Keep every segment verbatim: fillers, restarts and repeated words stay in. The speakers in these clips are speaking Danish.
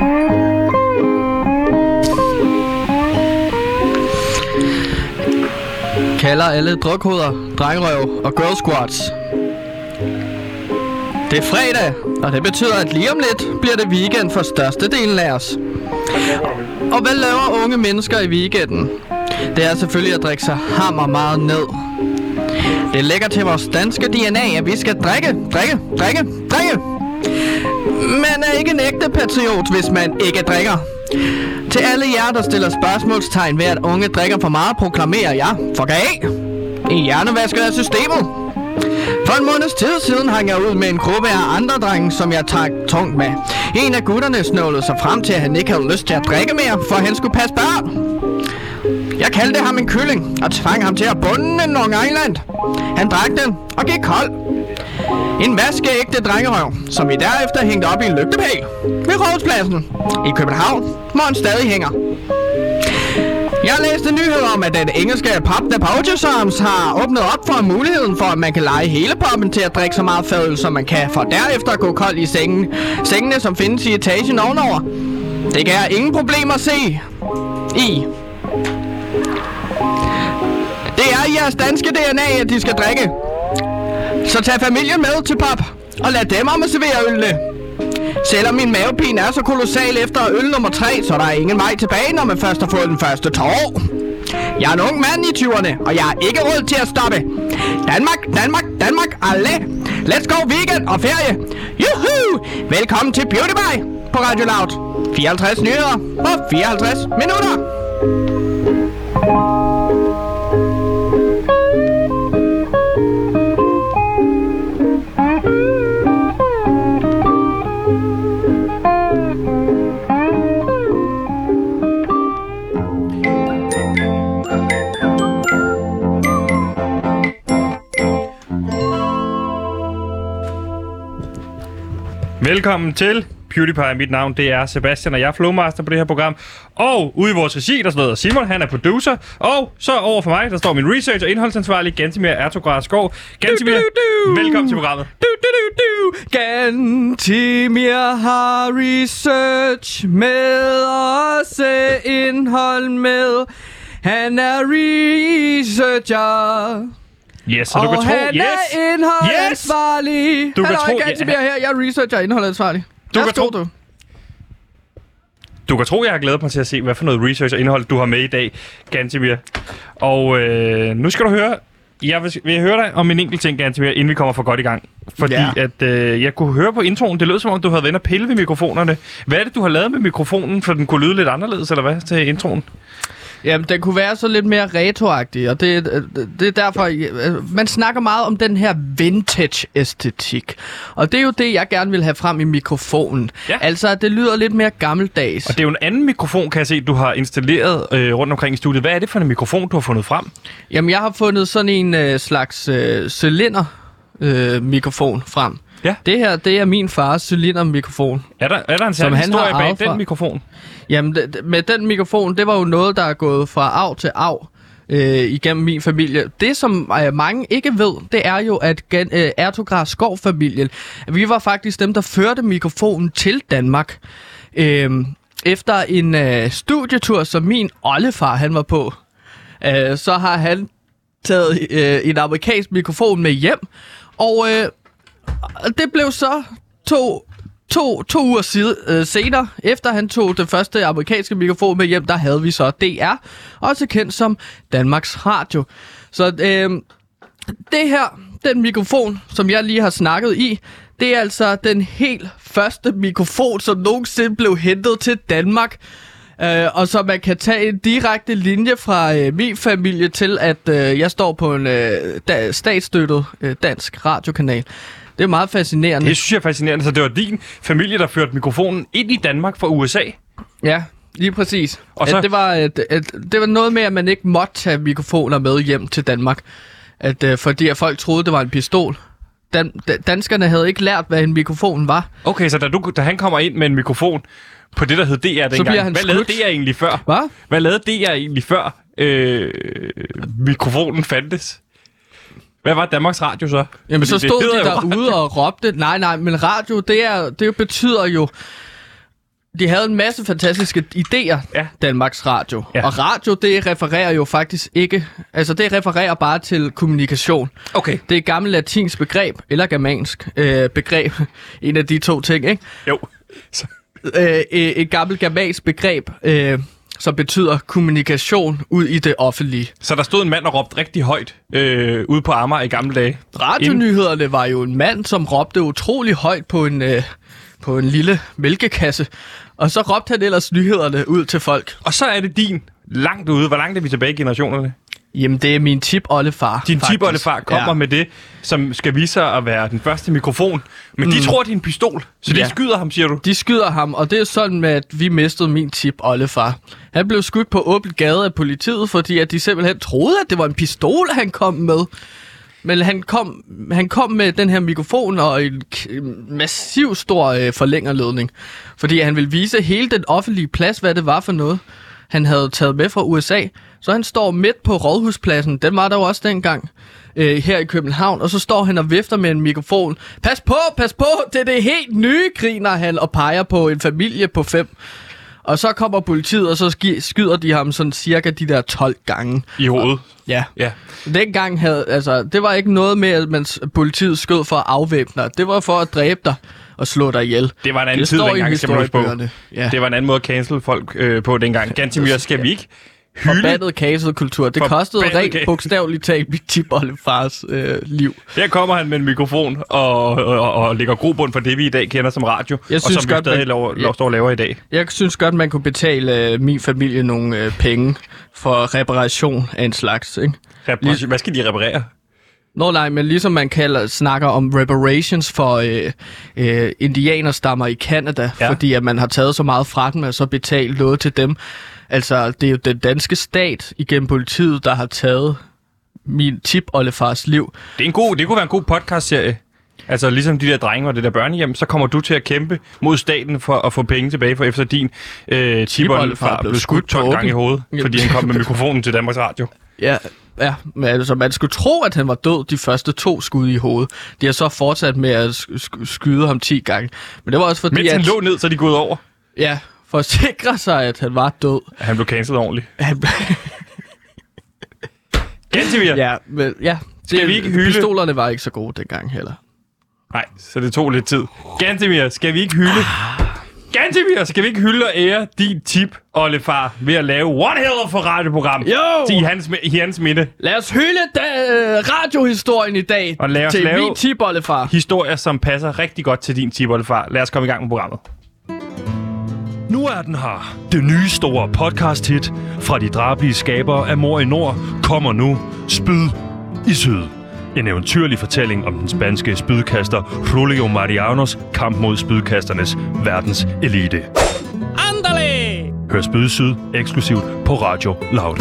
Kalder alle drukhoveder, drengerøv og girl squads. Det er fredag, og det betyder, at lige om lidt bliver det weekend for størstedelen af os. Og hvad laver unge mennesker i weekenden? Det er selvfølgelig at drikke sig hammer meget ned. Det lægger til vores danske D N A, at vi skal drikke, drikke, drikke, drikke. Man er ikke en ægte patriot, hvis man ikke drikker. Til alle jer, der stiller spørgsmålstegn ved, at unge drikker for meget, proklamerer jeg for af. En hjernevasker af systemet. For en måneds tid siden hang jeg ud med en gruppe af andre drenge, som jeg trak tungt med. En af gutterne snålede sig frem til, at han ikke havde lyst til at drikke mere, for han skulle passe børn. Jeg kaldte ham en kylling og tvang ham til at bunde en Long Island. Han drak den og gik kold. En vaskeægte drengerøv, som vi derefter hængte op i en lygtepæl ved Rådhuspladsen i København, hvor han stadig hænger. Jeg læste nyheder om, at den engelske pub The Poachersons har åbnet op for muligheden for, at man kan lege hele puben til at drikke så meget fadøl, som man kan, for derefter at gå kold i sengen. Sengene, som findes i etagen ovenover. Det kan jeg ingen problemer se i. Det er i jeres danske D N A, at de skal drikke. Så tag familien med til pub, og lad dem om at servere ølene. Selvom min mavepine er så kolossal efter øl nummer tre, så der er ingen vej tilbage, når man først har fået den første tår. Jeg er en ung mand i tyverne, og jeg har ikke råd til at stoppe. Danmark, Danmark, Danmark, alle. Let's go weekend og ferie. Juhu! Velkommen til Beauty Pie på Radio Loud. fireoghalvtreds nyheder på fireoghalvtreds minutter. Velkommen til PewDiePie. Mit navn det er Sebastian, og jeg er flowmaster på det her program. Og ude i vores regi, der står Simon, han er producer. Og så over for mig, der står min research- og indholdsansvarlig, Gantimir Ertugras Skov. Gantimir, du, du, du. velkommen til programmet. Du, du, du, du. Gantimir har research med, også indhold med. Han er researcher. Yes, så du og kan tro, han yes. er indholdansvarlig. Du kan Hallo, tro, Gantimir her. Jeg er researcher og indholdansvarlig. Du Hvad kan tro, du? Du kan tro, jeg har glædet mig til at se, hvad for noget research og indhold, du har med i dag, Gantimir. Og øh, nu skal du høre, jeg vil, vil jeg høre dig om en enkelt ting, Gantimir, inden vi kommer for godt i gang. Fordi yeah. at øh, jeg kunne høre på introen, det lød som om, du havde været inde og pille ved mikrofonerne. Hvad er det, du har lavet med mikrofonen, for den kunne lyde lidt anderledes, eller hvad, til introen? Jamen, den kunne være så lidt mere retroagtig, og det, det er derfor, man snakker meget om den her vintage-æstetik. Og det er jo det, jeg gerne vil have frem i mikrofonen. Ja. Altså, at det lyder lidt mere gammeldags. Og det er jo en anden mikrofon, kan jeg se, du har installeret øh, rundt omkring i studiet. Hvad er det for en mikrofon, du har fundet frem? Jamen, jeg har fundet sådan en øh, slags øh, cylinder-mikrofon øh, frem. Ja. Det her, det er min fars cylindermikrofon. Er der, er der en særlig historie bag den mikrofon? Jamen, det, med den mikrofon, det var jo noget, der er gået fra arv til arv øh, igennem min familie. Det, som øh, mange ikke ved, det er jo, at gen, øh, Ertugras Skov-familien, vi var faktisk dem, der førte mikrofonen til Danmark. Øh, efter en øh, studietur, som min oldefar, han var på, øh, så har han taget øh, en amerikansk mikrofon med hjem, og øh, det blev så to... To, to uger side, øh, senere, efter han tog den første amerikanske mikrofon med hjem, der havde vi så D R, også kendt som Danmarks Radio. Så øh, det her, den mikrofon, som jeg lige har snakket i, det er altså den helt første mikrofon, som nogensinde blev hentet til Danmark. Øh, og så man kan tage en direkte linje fra øh, min familie til, at øh, jeg står på en øh, da, statsstøttet øh, dansk radiokanal. Det er meget fascinerende. Det synes jeg er fascinerende. Så det var din familie, der førte mikrofonen ind i Danmark fra U S A? Ja, lige præcis. Og så... at det, var, at, at, det var noget med, at man ikke måtte tage mikrofoner med hjem til Danmark. At, uh, fordi at folk troede, det var en pistol. Dan, danskerne havde ikke lært, hvad en mikrofon var. Okay, så da, du, da han kommer ind med en mikrofon på det, der hed D R dengang, hvad lavede D R egentlig før? Hvad? Hvad lavede D R egentlig før øh, mikrofonen fandtes? Hvad var Danmarks Radio så? Jamen, så stod de derude og råbte. Nej, nej, men radio, det, er, det betyder jo... de havde en masse fantastiske idéer, ja. Danmarks Radio. Ja. Og radio, det refererer jo faktisk ikke... Altså, det refererer bare til kommunikation. Okay. Det er et gammelt latinsk begreb, eller germansk øh, begreb. En af de to ting, ikke? Jo. Så. Øh, et gammelt germansk begreb, øh, som betyder kommunikation ud i det offentlige. Så der stod en mand og råbte rigtig højt øh, ude på Amager i gamle dage? Radionyhederne var jo en mand, som råbte utrolig højt på en... Øh, på en lille mælkekasse, og så råbte han ellers nyhederne ud til folk. Og så er det din langt ude. Hvor langt er vi tilbage i generationerne? Jamen, det er min tip-oldefar. Din tip-oldefar kommer ja. med det, som skal vise sig at være den første mikrofon. Men mm. de tror, det er en pistol, så de ja. skyder ham, siger du? De skyder ham, og det er sådan med, at vi mistede min tip-oldefar. Han blev skudt på åben gade af politiet, fordi at de simpelthen troede, at det var en pistol, han kom med. Men han kom, han kom med den her mikrofon og en massiv stor øh, forlængerledning. Fordi han ville vise hele den offentlige plads, hvad det var for noget, han havde taget med fra U S A. Så han står midt på Rådhuspladsen, den var der jo også dengang, øh, her i København. Og så står han og vifter med en mikrofon. Pas på, pas på, det er det helt nye, griner han og peger på en familie på fem. Og så kommer politiet, og så skyder de ham sådan cirka de der tolv gange. I hovedet? Og, ja. ja. Dengang havde, altså, det var ikke noget med, at man, politiet skød for at afvæbne dig. Det var for at dræbe dig og slå dig ihjel. Det var en anden det tid dengang, skal man huske på. Ja. Det var en anden måde at cancel folk øh, på dengang. Gantimir, skal vi ikke hylde? Forbandet cancel-kultur. Det kostede rent bogstaveligt talt mit tip-oldefars øh, liv. Her kommer han med en mikrofon og, og, og, og lægger grobund for det, vi i dag kender som radio, jeg og synes som godt, vi stadig man, lov, ja, står og laver i dag. Jeg synes godt, man kunne betale øh, min familie nogle øh, penge for reparation af en slags. Ikke? Reparation? Hvad skal de reparere? Nå nej, men ligesom man kalder, snakker om reparations for øh, øh, indianerstammer i Canada, ja. Fordi at man har taget så meget fra dem, og så betalt noget til dem. Altså, det er jo den danske stat igennem politiet, der har taget min tip-oldefars liv. Det, er en god, det kunne være en god podcast-serie. Altså, ligesom de der drenge og det der børnehjem, så kommer du til at kæmpe mod staten for at få penge tilbage, for efter din øh, tip-oldefar blev skudt tolv gange i hovedet, fordi han kom med mikrofonen til Danmarks Radio. Ja, ja, men altså, man skulle tro, at han var død de første to skud i hovedet. De har så fortsat med at sk- skyde ham ti gange. Men det var også fordi, mens han at... lå ned, så de gået over? Ja, for at sikre sig, at han var død. Han blev cancelled ordentligt. Han blev... Gantimir! Ja, men ja. Skal det, vi ikke hylde? Pistolerne var ikke så gode dengang heller. Nej, så det tog lidt tid. Gantimir, skal vi ikke hylde? Gantimir, skal vi ikke hylde og ære din tip-oldefar ved at lave one hell of a radioprogram jo! i hans, i hans minde? Lad os hylde da, øh, radiohistorien i dag og lad os til lave min tip-oldefar. Historier, som passer rigtig godt til din tip-oldefar. Lad os komme i gang med programmet. Nu er den her. Det nye store podcast-hit fra de drabelige skabere af Mord i Nord kommer nu. Spyd i Syd. En eventyrlig fortælling om den spanske spydkaster Julio Marianos kamp mod spydkasternes verdens elite. Andale! Hør Spyd i Syd eksklusivt på Radio Loud.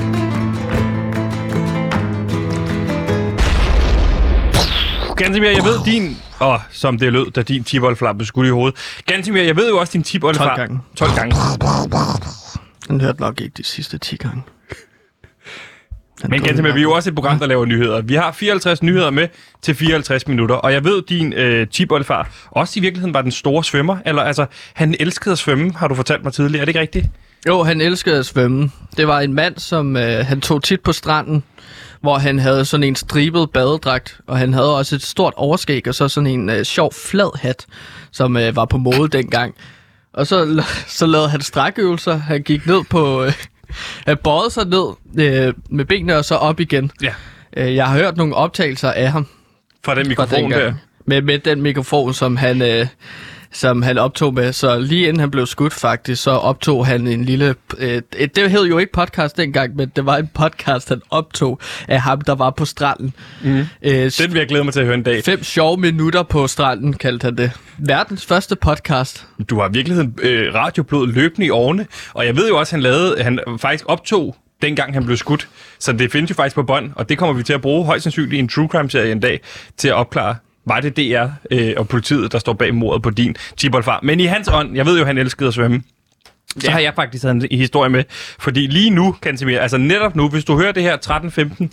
Gantimir, jeg ved din... Åh, oh, som det lød, da din tip-oldefar blev skudt i hovedet. Gantimir, jeg ved jo også din tip-oldefar... tolv gange. tolv gange. Den hørte nok ikke de sidste ti gange. Den Men Gantimir, vi er jo også et program, der laver nyheder. Vi har fireoghalvtreds nyheder med til fireoghalvtreds minutter, og jeg ved, din øh, tip-oldefar også i virkeligheden var den store svømmer. Eller altså, han elskede at svømme, har du fortalt mig tidligere. Er det ikke rigtigt? Jo, han elskede at svømme. Det var en mand, som øh, han tog tit på stranden, hvor han havde sådan en stribet badedragt, og han havde også et stort overskæg, og så sådan en øh, sjov flad hat, som øh, var på mode dengang. Og så, så lavede han strækøvelser. Han gik ned på... Øh, han bøjede sig ned øh, med benene og så op igen. Ja. Øh, jeg har hørt nogle optagelser af ham. Fra den mikrofon fra der? Med, med den mikrofon, som han... Øh, som han optog med. Så lige inden han blev skudt faktisk, så optog han en lille... Øh, det hed jo ikke podcast dengang, men det var en podcast, han optog af ham, der var på stranden. Mm. Øh, den vil jeg glæde mig til at høre en dag. Fem sjove minutter på stranden, kaldte han det. Verdens første podcast. Du har i virkeligheden øh, radioblod løbende i årene, og jeg ved jo også, han lavede... Han faktisk optog dengang han blev skudt. Så det findes jo faktisk på bånd, og det kommer vi til at bruge højst sandsynligt i en true crime-serie en dag til at opklare. Var det D R øh, og politiet, der står bag mordet på din tip-oldefar? Men i hans ånd, jeg ved jo, han elskede at svømme, så ja. har jeg faktisk en historie med. Fordi lige nu, Gantimir, altså netop nu, hvis du hører det her tretten femten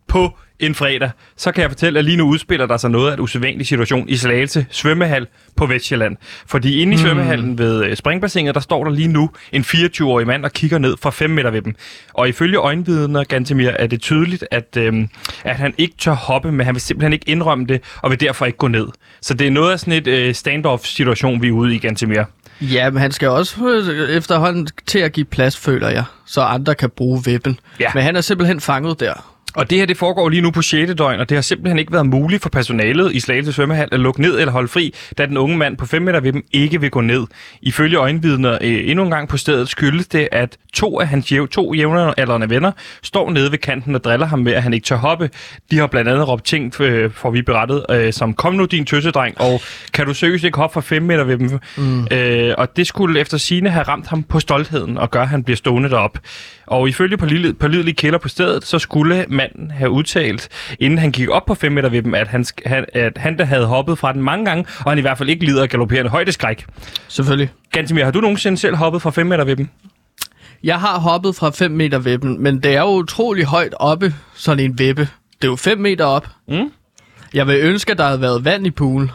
på en fredag, så kan jeg fortælle, at lige nu udspiller der sig noget af en usædvanlig situation i Slagelse svømmehal på Vestsjælland. Fordi inde i mm. svømmehallen ved springbassinet, der står der lige nu en fireogtyve-årig mand og kigger ned fra fem meter ved dem. Og ifølge øjenvidner, Gantemir, er det tydeligt, at, øhm, at han ikke tør hoppe, men han vil simpelthen ikke indrømme det, og vil derfor ikke gå ned. Så det er noget af sådan et øh, standoff-situation, vi er ude i, Gantemir. Ja, men han skal også efterhånden til at give plads, føler jeg, så andre kan bruge vippen. Ja. Men han er simpelthen fanget der. Og det her, det foregår lige nu på sjette døgn, og det har simpelthen ikke været muligt for personalet i Slagelse svømmehal at lukke ned eller holde fri, da den unge mand på fem meter ved dem ikke vil gå ned. Ifølge øjenvidner øh, endnu en gang på stedet skyldes det, at to af hans jæv, to jævnaldrende venner står nede ved kanten og driller ham med, at han ikke tør hoppe. De har blandt andet råbt ting, øh, får vi berettet, øh, som kom nu din tøsedreng, og kan du seriøst ikke hoppe fra fem meter ved dem? Mm. Øh, og det skulle efter sigende have ramt ham på stoltheden og gøre, at han bliver stående derop. Og ifølge pålidelige kilder på stedet, så skulle manden have udtalt, inden han gik op på fem meter ved dem, at han, at han der havde hoppet fra den mange gange, og han i hvert fald ikke lider af galopperende højdeskræk. Selvfølgelig. Gantemir, har du nogensinde selv hoppet fra fem meter ved dem? Jeg har hoppet fra fem meter ved dem, men det er jo utrolig højt oppe, sådan en vippe. Det er jo fem meter op. Mm. Jeg vil ønske, at der havde været vand i poolen.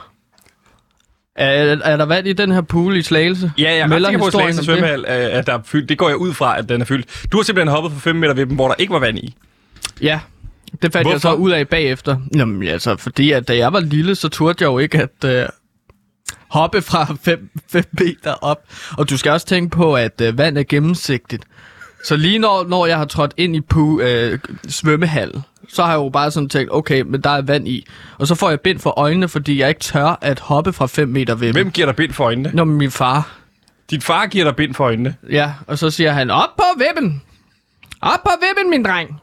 Er, er der vand i den her pool i Slagelse? Ja, jeg er ret sikker på, at Slagelse svømmehal at der er fyldt. Det går jeg ud fra, at den er fyldt. Du har simpelthen hoppet fra fem meter ved dem, hvor der ikke var vand i. Ja, det fandt Hvorfor? jeg så ud af bagefter. Jamen altså, fordi at da jeg var lille, så turde jeg jo ikke at uh, hoppe fra fem meter op. Og du skal også tænke på, at uh, vand er gennemsigtigt. Så lige når, når jeg har trådt ind i pool, uh, svømmehallen, så har jeg jo bare sådan tænkt, okay, men der er vand i. Og så får jeg bind for øjnene, fordi jeg ikke tør at hoppe fra fem meter ved. Hvem giver dig bind for øjnene? Nå, min far. Din far giver dig bind for øjnene? Ja, og så siger han, op på vippen! Op på vippen, min dreng!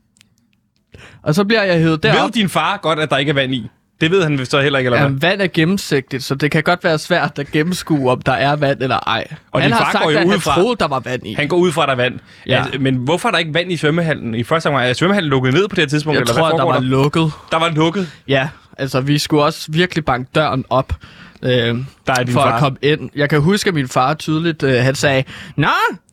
Og så bliver jeg hævet derop. Ved din far godt, at der ikke er vand i? Det ved han så heller ikke, eller hvad? Ja, vand er gennemsigtigt, så det kan godt være svært at gennemskue, om der er vand eller ej. Og han har sagt, at han fra, troede, der var vand i. Han går ud fra, at der er vand. Ja. Altså, men hvorfor er der ikke vand i svømmehallen? I første omgang, er svømmehallen lukket ned på det her tidspunkt? Jeg eller tror, hvad der var der? lukket. Der var lukket? Ja, altså vi skulle også virkelig banke døren op. Øh, der er for far. at komme ind. Jeg kan huske, at min far tydeligt, øh, han sagde, Nå!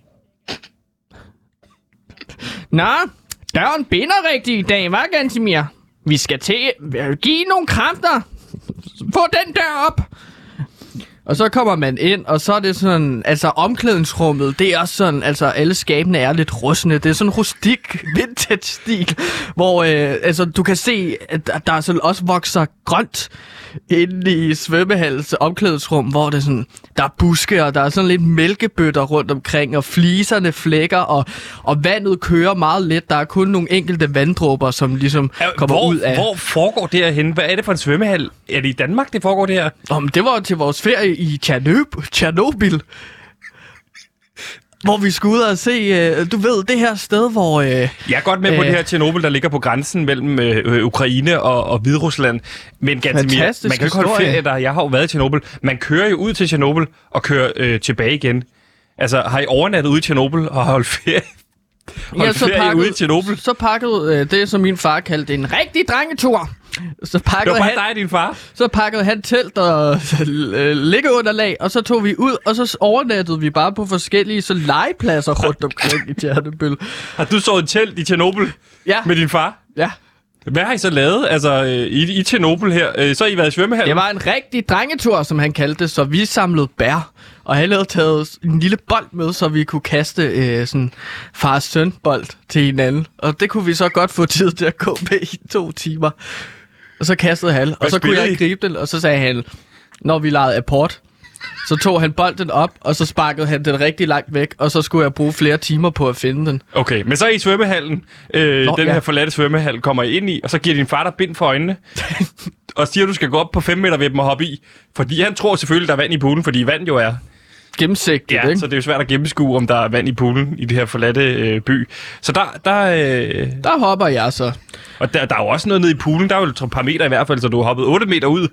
Nå! Døren binder rigtigt i dag, hva' Gantemir? Vi skal til at give nogle kræfter. Få den dør op. Og så kommer man ind, og så er det sådan, altså omklædningsrummet, det er også sådan, altså alle skabene er lidt rustne. Det er sådan en rustik vintage-stil, hvor øh, altså, du kan se, at der er sådan også vokser grønt inde i svømmehallens omklædningsrum, hvor det er sådan, der er buske, og der er sådan lidt mælkebøtter rundt omkring, og fliserne flækker, og, og vandet kører meget let. Der er kun nogle enkelte vanddråber, som ligesom ja, kommer hvor, ud af. Hvor foregår det her henne? Hvad er det for en svømmehal? Er det i Danmark, det foregår det her? Om det var til vores ferie i Tjernobyl. Tjernobyl. Hvor vi skulle ud og se, øh, du ved, det her sted, hvor... Øh, jeg er godt med øh, på det her Tjernobyl, der ligger på grænsen mellem øh, Ukraine og, og Hviderusland. Men Gantemir, man kan jo ikke holde ferie der. Jeg har jo været i Tjernobyl. Man kører jo ud til Tjernobyl og kører øh, tilbage igen. Altså, har I overnattet ude i Tjernobyl og holdt ferie? Holdt ja, så ferie pakkede, ude i Tjernobyl? Så pakkede øh, det, som min far kaldte en rigtig drengetur. Så pakkede det var han, bare dig og din far? Så pakkede han telt og øh, liggeunderlag, og så tog vi ud, og så overnattede vi bare på forskellige så legepladser rundt omkring i Tjernobyl. Har du sovet telt i Tjernobyl ja. med din far? Ja. Hvad har I så lavet altså, i, i Tjernobyl her? Så har I været i svømmehallen? Det var en rigtig drengetur, som han kaldte det, så vi samlede bær. Og han havde taget en lille bold med, så vi kunne kaste øh, sådan far-søn-bold til hinanden. Og det kunne vi så godt få tid til at gå med i to timer. Og så kastede han, og så kunne jeg gribe den, og så sagde han, når vi legede apport, så tog han bolden op, og så sparkede han den rigtig langt væk, og så skulle jeg bruge flere timer på at finde den. Okay, men så i svømmehallen, øh, Nå, den ja. her forladte svømmehal, kommer I ind i, og så giver din far dig bind for øjnene, og siger, at du skal gå op på fem meter ved dem og hoppe i, fordi han tror selvfølgelig, der er vand i poolen, fordi vand jo er gennemsigtigt, ja, ikke? Så det er jo svært at gennemskue, om der er vand i poolen i det her forladte øh, by. Så der... Der, øh, der hopper jeg så. Og der, der er jo også noget nede i poolen. Der er jo et par meter i hvert fald, så du har hoppet otte meter ud.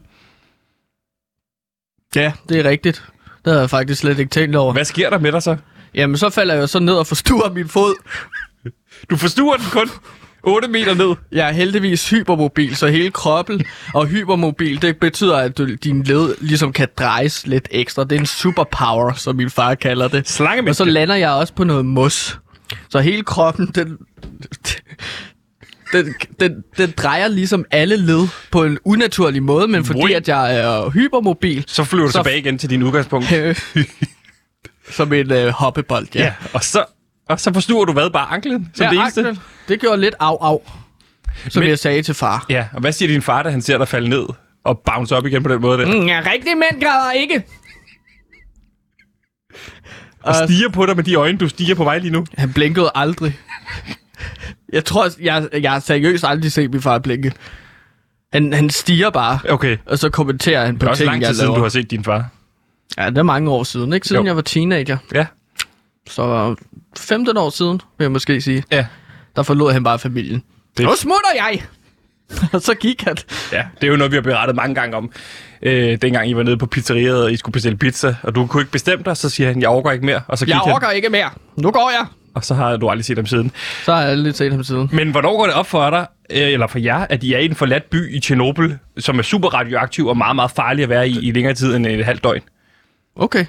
Ja, det er rigtigt. Det havde jeg faktisk slet ikke tænkt over. Hvad sker der med dig så? Jamen, så falder jeg jo så ned og forstuer min fod. Du forstuer den kun otte meter ned? Jeg er heldigvis hypermobil, så hele kroppen og hypermobil, det betyder, at du, din led ligesom kan drejes lidt ekstra. Det er en superpower, som min far kalder det. Slangemænd. Og så lander jeg også på noget mos. Så hele kroppen, den... den, den, den drejer ligesom alle led på en unaturlig måde, men fordi at jeg er hypermobil... Så flyver du så tilbage igen til din udgangspunkt. Som en øh, hoppebold, ja. ja. Og så, og så forstuer du hvad? Bare anklen? Som ja, det eneste? anklen. Det gjorde lidt af, af. Som men, jeg sagde til far. Ja, og hvad siger din far, da han ser dig falde ned og bounce op igen på den måde? Der? Mm, ja, rigtig mænd græder ikke. Og stiger på dig med de øjne, du stiger på mig lige nu. Han blinkede aldrig. Jeg tror, jeg, jeg har seriøst aldrig set min far blinke. Han, han stiger bare, okay. Og så kommenterer han på ting, jeg laver. Det er også lang tid siden, du har set din far. Ja, det er mange år siden, ikke? Siden jo. Jeg var teenager. Ja. Så femten år siden, vil jeg måske sige. Ja. Der forlod han bare familien. Det... Nu smutter jeg! Og så gik han. Ja, det er jo noget, vi har berettet mange gange om. Øh, dengang I var nede på pizzeriet, og I skulle bestille pizza, og du kunne ikke bestemme dig, så siger han, jeg overgår ikke mere. Og så gik jeg han... overgår ikke mere. Nu går jeg. Og så har du aldrig set ham siden. Så har jeg aldrig set ham siden. Men hvornår går det op for dig, øh, eller for jer, at I er i en forladt by i Tjernobyl, som er super radioaktiv og meget, meget farlig at være i i længere tid end et halvt døgn? Okay.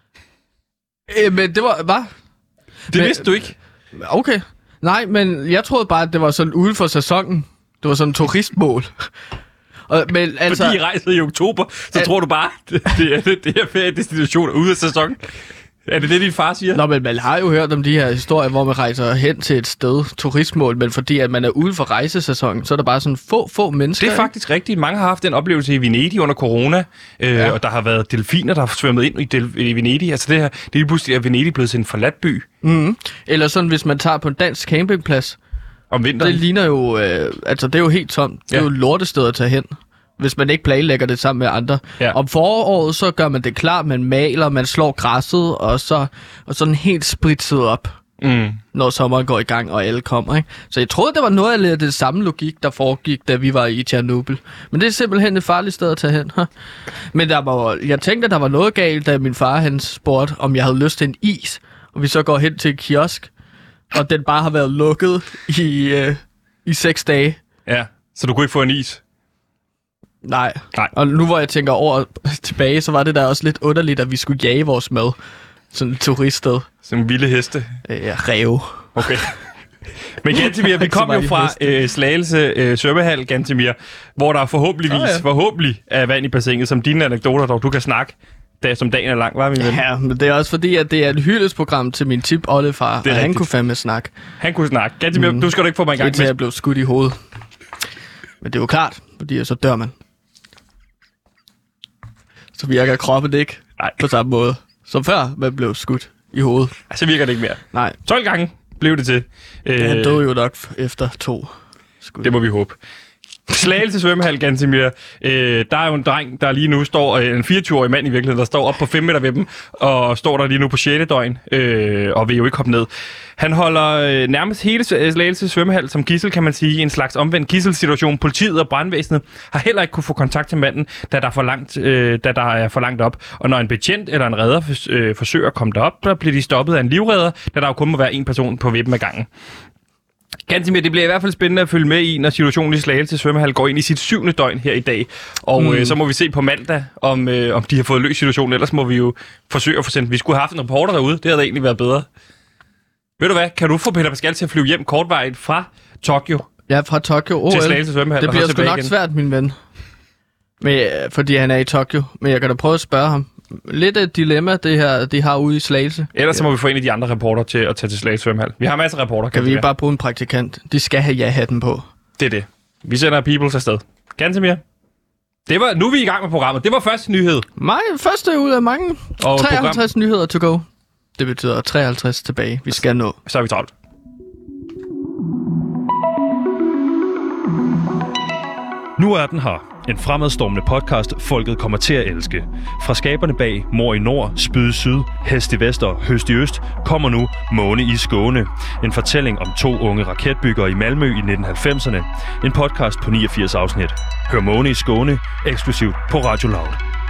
Øh, men det var... Hvad? Det men, vidste du ikke. Okay. Nej, men jeg troede bare, at det var sådan uden for sæsonen. Det var sådan et turistmål. Og, men, altså, fordi I rejser i oktober, så at, tror du bare, det, det er det, det her feriedestination ude af sæsonen. Er det det, din far siger? Nå, men man har jo hørt om de her historier, hvor man rejser hen til et sted, turistmål, men fordi at man er ude for rejsesæsonen, så er der bare sådan få, få mennesker. Det er faktisk rigtigt. Mange har haft den oplevelse i Venedig under corona, øh, ja. Og der har været delfiner, der har svømmet ind i, del- i Venedig. Altså det her, det er lige pludselig, at Venedig blevet til en forladt by. Mm-hmm. Eller sådan, hvis man tager på en dansk campingplads. Om vinteren? Det ligner jo, øh, altså det er jo helt tomt. Det er ja. jo lortested at tage hen, hvis man ikke planlægger det sammen med andre. Ja. Om foråret, så gør man det klar, man maler, man slår græsset, og så og sådan helt spritset op, mm. når sommeren går i gang, og alle kommer, ikke? Så jeg troede, det var noget af det samme logik, der foregik, da vi var i Tjernobyl. Men det er simpelthen et farligt sted at tage hen. Huh? Men der var, jeg tænkte, at der var noget galt, da min far han spurgte, om jeg havde lyst til en is, og vi så går hen til en kiosk, og den bare har været lukket i, øh, i seks dage. Ja, så du kunne ikke få en is? Nej. Nej. Og nu hvor jeg tænker over tilbage, så var det da også lidt underligt, at vi skulle jage vores mad. Sådan et turiststed. Som vilde heste? Ja, ræve. Okay. Men Gantemir, vi kom jo fra øh, Slagelse øh, svømmehal, Gantemir, hvor der forhåbentligvis, oh, ja. forhåbentlig er vand i bassinet, som dine anekdoter, dog du kan snakke, da, som dagen er lang, var min ven? Ja, men det er også fordi, at det er et hyldesprogram til min tip oldefar, og han kunne fandme snakke. Han kunne snakke. Gantemir, mm. du skal da ikke få mig i gang med. Indtil jeg blev skudt i hovedet. Men det er jo klart, fordi så dør man. Så virker kroppen ikke Nej. på samme måde, som før man blev skudt i hovedet. Så altså, virker det ikke mere. Nej. tolv gange blev det til. Ja, han døde jo nok efter to skud. Det må vi håbe. Slagelse svømmehal, Gantemir. Øh, der er jo en dreng, der lige nu står, øh, en fireogtyve-årig mand i virkeligheden, der står op på fem meter ved dem, og står der lige nu på sjette døgn, øh, og vil jo ikke hoppe ned. Han holder øh, nærmest hele Slagelse svømmehal som gidsel, kan man sige, en slags omvendt gidselsituation. Politiet og brandvæsenet har heller ikke kunne få kontakt til manden, da der er for langt, øh, da der er for langt op. Og når en betjent eller en redder øh, forsøger at komme derop, der bliver de stoppet af en livredder, da der jo kun må være en person på vippen ad gangen. Gantemir, det bliver i hvert fald spændende at følge med i, når situationen i Slagelse svømmehal går ind i sit syvende døgn her i dag. Og mm. øh, så må vi se på mandag, om, øh, om de har fået løst situationen. Ellers må vi jo forsøge at få sendt. Vi skulle have haft en reporter derude. Det havde egentlig været bedre. Ved du hvad? Kan du få Peter Pascal til at flyve hjem kortvarigt fra Tokyo? Ja, fra Tokyo. O L. Til Slagelse svømmehal. Det bliver sgu nok igen. Svært, min ven. Men, fordi han er i Tokyo. Men jeg kan da prøve at spørge ham. Lidt et dilemma, det her, de har ude i Slagelse. Ellers så må vi få en af de andre reporter til at tage til Slagelse svømmehal. Vi har masser af reporter. Kan, kan vi ikke bare bruge en praktikant? De skal have ja-hatten på. Det er det. Vi sender Peoples afsted. Gantemir. Det var, nu er vi i gang med programmet. Det var første nyhed. Nej, første ud af mange. Og treoghalvtreds program... nyheder to go. Det betyder treoghalvtreds tilbage. Vi skal nå. Så er vi travlt. Nu er den her. En fremadstormende podcast, folket kommer til at elske. Fra skaberne bag Mor i Nord, Spyd i Syd, Hest i Vest og Høst i Øst, kommer nu Måne i Skåne. En fortælling om to unge raketbyggere i Malmø i nitten halvfemserne. En podcast på niogfirs afsnit. Hør Måne i Skåne, eksklusivt på Radio Loud.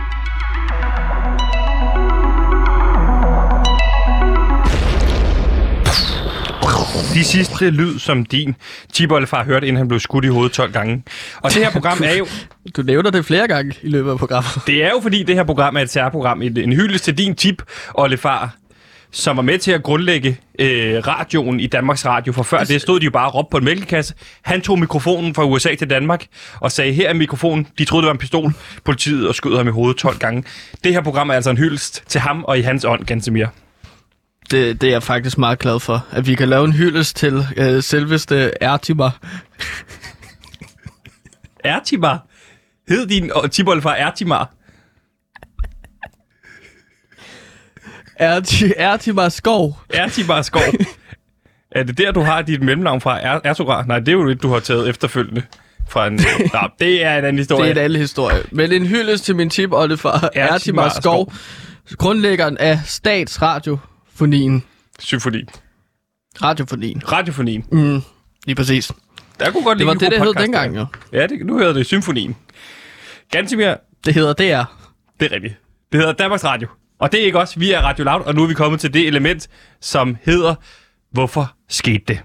De sidste lyd, som din tipoldefar hørte, inden han blev skudt i hovedet tolv gange. Og det her program er jo... Du nævner det flere gange i løbet af programmet. Det er jo fordi, det her program er et særprogram, en hyldest til din tipoldefar, som var med til at grundlægge øh, radioen i Danmarks Radio. For før det stod de jo bare og råbte på en mælkekasse. Han tog mikrofonen fra U S A til Danmark og sagde, her er mikrofonen. De troede, det var en pistol. Politiet og skød ham i hovedet tolv gange. Det her program er altså en hyldest til ham og i hans ånd, Gantemir. Det, det er jeg faktisk meget glad for, at vi kan lave en hyldest til øh, selveste Ertimar. Ertimar? Hed din tipoldefar Ertimar? Erti, Ertimar Skov. Ertimar Skov. Er det der, du har dit mellemnavn fra? Er, Ertogar? Nej, det er jo det, du har taget efterfølgende. Fra en, nej, det er en anden historie. Det er en anden historie. Men en hyldest til min tipoldefar, Ertimar Skov, grundlæggeren af Statsradiofonien. Symfonien. Radiofonien. Radiofonien. Mm, lige præcis. Der kunne godt det var det, det hed dengang, jo. Ja, det, nu hedder det Symfonien. Gantemir. Det hedder D R. Det er rigtigt. Det hedder Danmarks Radio. Og det er ikke os. Vi er Radio Loud, og nu er vi kommet til det element, som hedder, hvorfor skete det?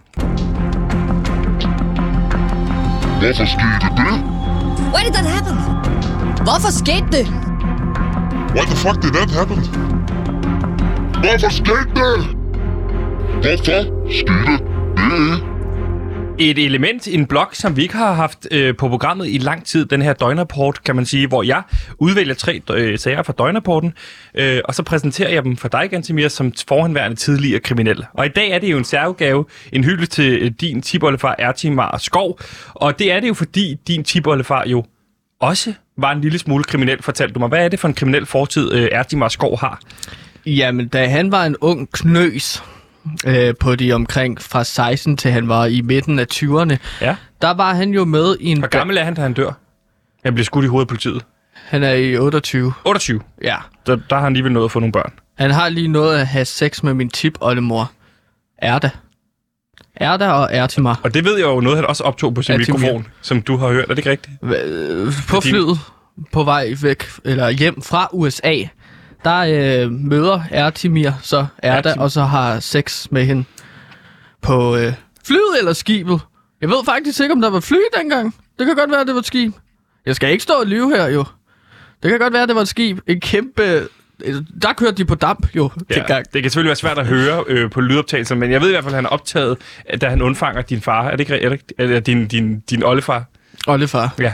Hvorfor skete det? Why did that happen? Hvorfor skete det? Why the fuck did that happen? Hvorfor skete det? Hvorfor skete det? Et element, en blog, som vi ikke har haft øh, på programmet i lang tid, den her døgnrapport, kan man sige, hvor jeg udvælger tre øh, sager fra døgnrapporten, øh, og så præsenterer jeg dem for dig, Gantemir, som forhenværende tidligere kriminel. Og i dag er det jo en særudgave, en hyldest til øh, din tipoldefar Ertimar Skov, og det er det jo, fordi din tipoldefar jo også var en lille smule kriminel, fortalte du mig. Hvad er det for en kriminel fortid, øh, Ertimar Skov har? Jamen, da han var en ung knøs, Øh, på de omkring fra seksten til han var i midten af tyverne. Ja. Der var han jo med i en... Hvor gammel er han, da han dør? Han bliver skudt i hovedet af politiet. Han er i otteogtyve. otteogtyve? Ja. Der, der har han alligevel nået at få nogle børn. Han har lige nået at have sex med min tip-oldemor. Erda. Erda og Ertimar. Og det ved jeg jo noget, han også optog på sin Ertimir. mikrofon, som du har hørt. Er det ikke rigtigt? På flyet, på vej væk, eller hjem fra U S A, der øh, møder Ertimir så Erda, Ertimir. og så har sex med hende på øh, flyet eller skibet. Jeg ved faktisk ikke, om der var fly dengang. Det kan godt være, det var et skib. Jeg skal ikke stå og lyve her, jo. Det kan godt være, det var et skib. En kæmpe... Der kørte de på damp, jo, Ja, dengang. det kan selvfølgelig være svært at høre øh, på lydoptagelser, men jeg ved i hvert fald, at han er optaget, da han undfanger din far. Er det ikke rigtigt? Eller din, din, din oldefar? Oldefar. Ja.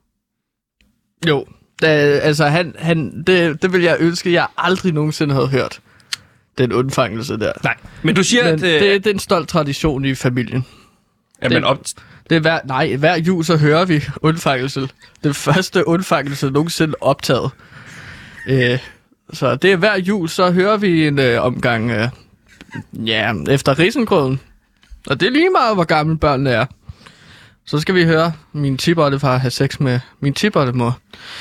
Jo. Da, altså, han, han, det, det vil jeg ønske, jeg aldrig nogensinde havde hørt. Den undfangelse der. Nej, men du siger, Men at... Øh, det, det er en stolt tradition i familien. ja, men op, Det er hver, nej, hver jul så hører vi undfangelse. Den første undfangelse nogensinde optaget. Øh, så det er hver jul, så hører vi en øh, omgang øh, ja, efter risengrøden. Og det er lige meget, hvor gamle børnene er. Så skal vi høre min tipoldefar have sex med min tipoldemor.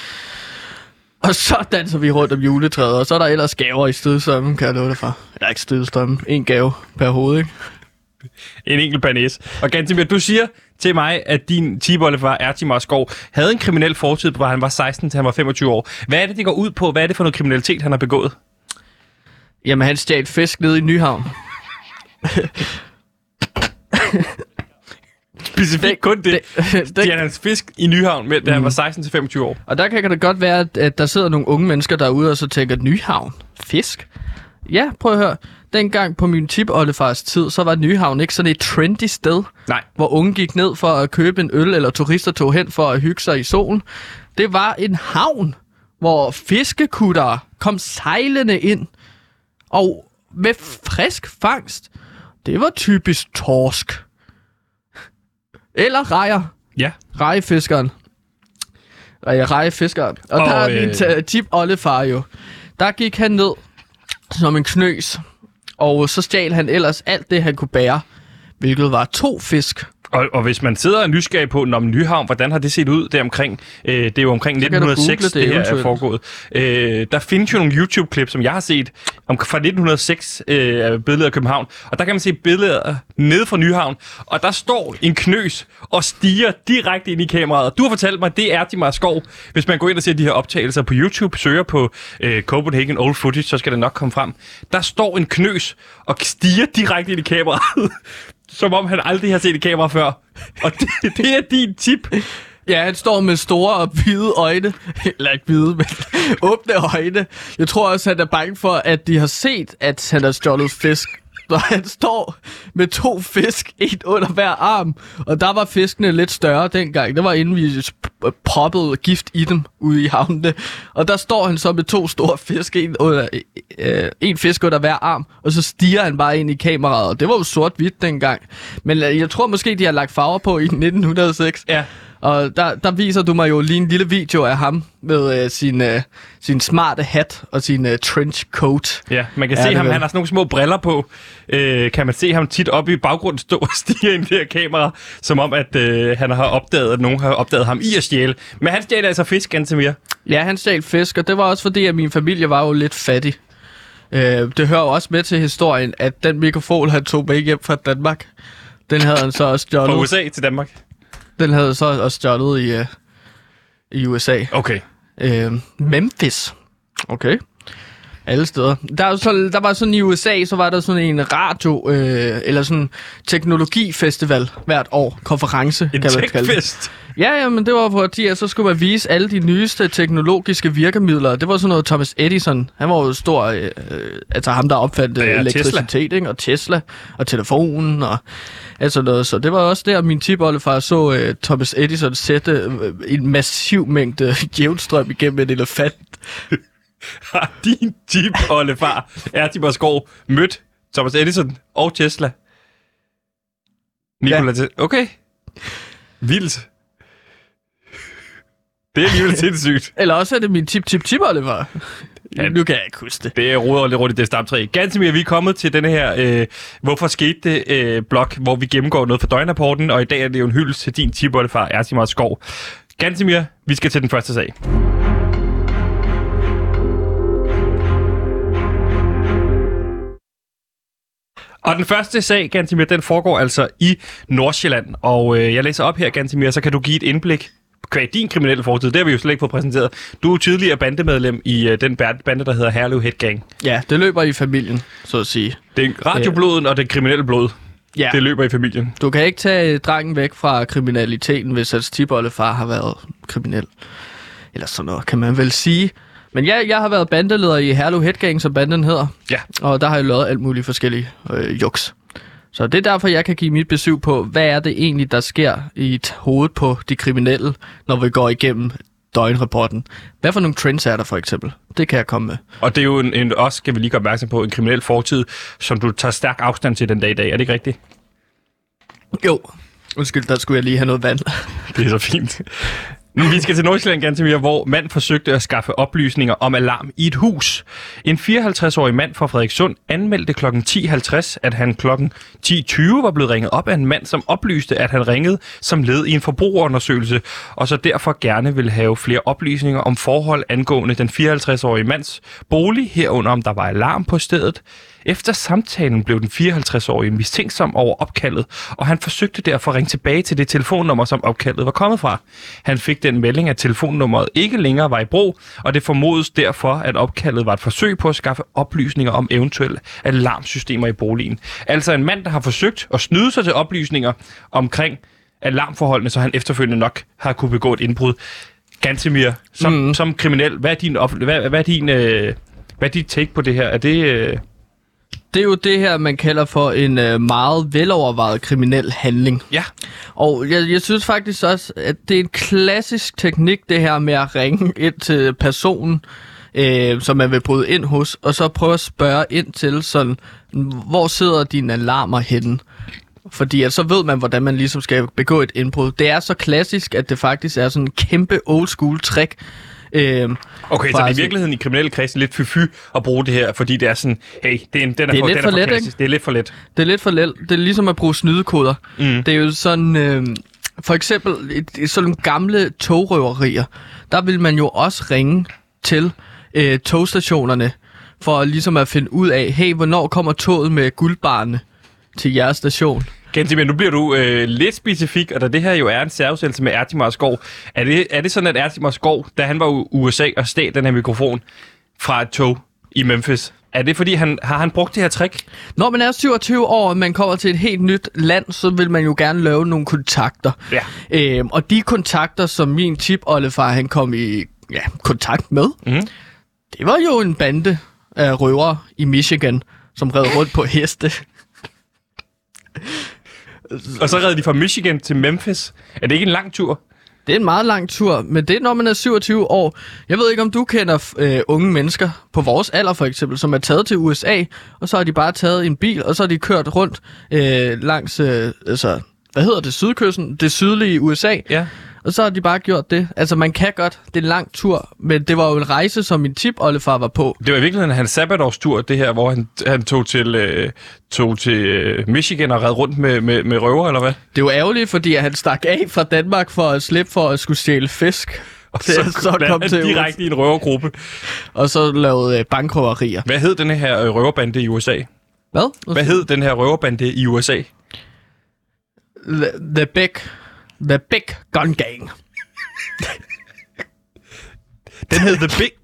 Og så danser vi rundt om juletræet, og så er der ellers gaver i stødstrømmen, kan jeg love dig for. Eller ikke stødstrømmen, en gave per hoved, ikke? en enkelt per næse. Og Gantemir, du siger til mig, at din tipoldefar Ertimar Skov havde en kriminel fortid, fra han var seksten til han var femogtyve år. Hvad er det, det går ud på? Hvad er det for noget kriminalitet, han har begået? Jamen, han stjal fisk nede i Nyhavn. Specifikt kun det. det, De er hans fisk i Nyhavn, med, da mm. han var seksten til femogtyve år. Og der kan det godt være, at, at der sidder nogle unge mennesker derude, og så tænker, Nyhavn? Fisk? Ja, prøv at høre. Dengang på min tipoldefars tid, så var Nyhavn ikke sådan et trendy sted, Nej. hvor unge gik ned for at købe en øl, eller turister tog hen for at hygge sig i solen. Det var en havn, hvor fiskekutter kom sejlende ind, og med frisk fangst. Det var typisk torsk. Eller rejer. Ja. Rejefiskeren. Rejefiskeren. Og, og der er øh... min t- tip-oldefar jo. Der gik han ned som en knøs. Og så stjal han ellers alt det, han kunne bære. Hvilket var to fisk. Og, og hvis man sidder og nysgerrig på, når Nyhavn, hvordan har det set ud der omkring? Øh, det er jo omkring nitten hundrede og seks, det, det her eventuelt. Er foregået. Øh, der findes jo nogle YouTube-klip, som jeg har set, om, fra nitten hundrede og seks øh, billeder af København. Og der kan man se billeder nede fra Nyhavn. Og der står en knøs og stiger direkte ind i kameraet. Du har fortalt mig, at det er Ertimar Skov. Hvis man går ind og ser de her optagelser på YouTube, søger på øh, Copenhagen Old Footage, så skal det nok komme frem. Der står en knøs og stiger direkte ind i kameraet. Som om han aldrig har set et kamera før. Og det, det er din tip. Ja, han står med store og hvide øjne. Eller ikke hvide, men åbne øjne. Jeg tror også, han er bange for, at de har set, at han har stjålet fisk. Så han står med to fisk, en under hver arm. Og der var fiskene lidt større dengang. Det var inden vi poppede gift i dem ude i havnene. Og der står han så med to store fisk, en, under, øh, en fisk under hver arm. Og så stiger han bare ind i kameraet. Og det var jo sort-hvidt dengang. Men jeg tror måske, de har lagt farver på i nitten hundrede og seks. Ja. Og der, der viser du mig jo lige en lille video af ham med øh, sin, øh, sin smarte hat og sin øh, trench coat. Ja, man kan Ja, se det ham, vel. han har sådan nogle små briller på. Øh, kan man se ham tit oppe i baggrunden stå og stige ind i det her kamera, som om, at øh, han har opdaget, at nogen har opdaget ham i at stjæle. Men han stjæler altså fisk, Gantemir. Ja, han stjal fisk, og det var også fordi, at min familie var jo lidt fattig. Øh, det hører jo også med til historien, at den mikrofon, han tog med hjem fra Danmark, den havde han så også stjålet. Fra U S A til Danmark. Den havde så også stjålet i, uh, i U S A. Okay. Øh, Memphis. Okay. Alle steder. Der, er jo så, der var sådan i U S A, så var der sådan en radio, øh, eller sådan teknologifestival hvert år. Konference, En kan man kalde det. techfest. Ja, ja, men det var fordi, at så skulle man vise alle de nyeste teknologiske virkemidler. Det var sådan noget Thomas Edison. Han var jo stor, øh, altså ham, der opfandt Ja, ja, ja, elektricitet, ikke? Og Tesla, og telefonen, og altså noget. Så det var også der, min tipoldefar så øh, Thomas Edison sætte øh, en massiv mængde jævnstrøm igennem en elefant. Har din tip, oldefar, Ertibor Skov, mødt Thomas Edison og Tesla? Nikola ja. Okay. Vildt. Det er alligevel sindssygt. Eller også er det min tip-tip-tip-oldefar. Ja. Nu kan jeg ikke huske det. Det er rodet lidt rundt i det stamtræ. Gantemir, vi er kommet til denne her øh, Hvorfor skete det øh, blog, hvor vi gennemgår noget fra døgnrapporten, og i dag er det jo en hyldest til din tipoldefar, Ertibor Skov. Gantemir, vi skal til den første sag. Og den første sag, Gantemir, den foregår altså i Nordsjælland. Og øh, jeg læser op her, Gantemir, så kan du give et indblik kvad din kriminelle fortid. Det har vi jo slet ikke fået præsenteret. Du er tidligere bandemedlem i øh, den bande, der hedder Herlev Head Gang. Ja, det løber i familien, så at sige. Det er radiobloden og det kriminelle blod. Ja. Det løber i familien. Du kan ikke tage drengen væk fra kriminaliteten, hvis hans tipoldefar har været kriminel. Eller sådan noget, kan man vel sige. Men ja, jeg har været bandeleder i Herlev Head Gang, som banden hedder. Ja. Og der har jeg lavet alt muligt forskellige øh, juks. Så det er derfor, jeg kan give mit besøg på, hvad er det egentlig, der sker i et hoved på de kriminelle, når vi går igennem døgnrapporten. Hvad for nogle trends er der for eksempel? Det kan jeg komme med. Og det er jo en, en, også, skal vi lige gøre opmærksom på, en kriminel fortid, som du tager stærk afstand til den dag i dag. Er det ikke rigtigt? Jo. Undskyld, der skulle jeg lige have noget vand. Det er så fint. Vi skal til Nordsjælland, Gantemir, hvor mand forsøgte at skaffe oplysninger om alarm i et hus. En fireoghalvtreds-årig mand fra Frederikssund anmeldte klokken ti halvtreds, at han klokken ti tyve var blevet ringet op af en mand, som oplyste, at han ringede som led i en forbrugerundersøgelse, og så derfor gerne ville have flere oplysninger om forhold angående den fireoghalvtreds-årige mands bolig, herunder om der var alarm på stedet. Efter samtalen blev den fireoghalvtreds-årige mistænksom over opkaldet, og han forsøgte derfor at ringe tilbage til det telefonnummer, som opkaldet var kommet fra. Han fik den melding, at telefonnummeret ikke længere var i brug, og det formodes derfor, at opkaldet var et forsøg på at skaffe oplysninger om eventuelle alarmsystemer i boligen. Altså en mand, der har forsøgt at snyde sig til oplysninger omkring alarmforholdene, så han efterfølgende nok har kunne begå et indbrud. Gantemir, som, mm. som kriminel, hvad er din, op, hvad, hvad er din, øh, hvad er dit take på det her? Er det... Øh Det er jo det her, man kalder for en øh, meget velovervejet kriminel handling. Ja. Og jeg, jeg synes faktisk også, at det er en klassisk teknik, det her med at ringe ind til personen, øh, som man vil bryde ind hos, og så prøve at spørge ind til, sådan, hvor sidder dine alarmer henne? Fordi at så ved man, hvordan man ligesom skal begå et indbrud. Det er så klassisk, at det faktisk er sådan en kæmpe old school trick. Øhm, okay, så det er i virkeligheden i kriminelle kredse lidt fy-fy at bruge det her, fordi det er sådan, hey, det er, en, den er, det er for, lidt den for, er for let, klassisk. ikke? Det er lidt for let. Det er lidt for let. Det er ligesom at bruge snydekoder. Mm. Det er jo sådan, øh, for eksempel et, sådan nogle gamle togrøverier, der vil man jo også ringe til øh, togstationerne, for ligesom at finde ud af, hey, hvornår kommer toget med guldbarne til jeres station? Gantemir, nu bliver du øh, lidt specifik, og da det her jo er en særudsendelse med Ertibor Skov, er det, er det sådan, at Ertibor Skov, da han var i U S A og steg den her mikrofon fra et tog, i Memphis. Er det fordi, han har han brugt det her trick? Når man er syvogtyve år, og man kommer til et helt nyt land, så vil man jo gerne lave nogle kontakter. Ja. Øhm, og de kontakter, som min tip-oldefar, han kom i ja, kontakt med, Mm. det var jo en bande af røvere i Michigan, som red rundt på heste. Og så redde de fra Michigan til Memphis. Er det ikke en lang tur? Det er en meget lang tur, men det er, når man er syvogtyve år. Jeg ved ikke, om du kender øh, unge mennesker på vores alder, for eksempel, som er taget til U S A, og så har de bare taget en bil, og så har de kørt rundt øh, langs, øh, altså, hvad hedder det, sydkysten, det sydlige U S A, Ja. og så har de bare gjort det. Altså, man kan godt, det er en lang tur, men det var jo en rejse, som min tip-oldefar var på. Det var i virkeligheden hans sabbatårstur, det her, hvor han, han tog til, øh, tog til øh, Michigan og red rundt med, med, med røver, eller hvad? Det var ærgerligt, fordi han stak af fra Danmark for at slippe for at skulle stjæle fisk. Og så, så, så kom han til direkte i en røvergruppe. Og så lavede øh, bankrøverier. Hvad hed den her øh, røverbande i U S A? Hvad? Hvad hed den her røverbande i U S A? The, the Big... The Big Gun Gang. Den hed The Big...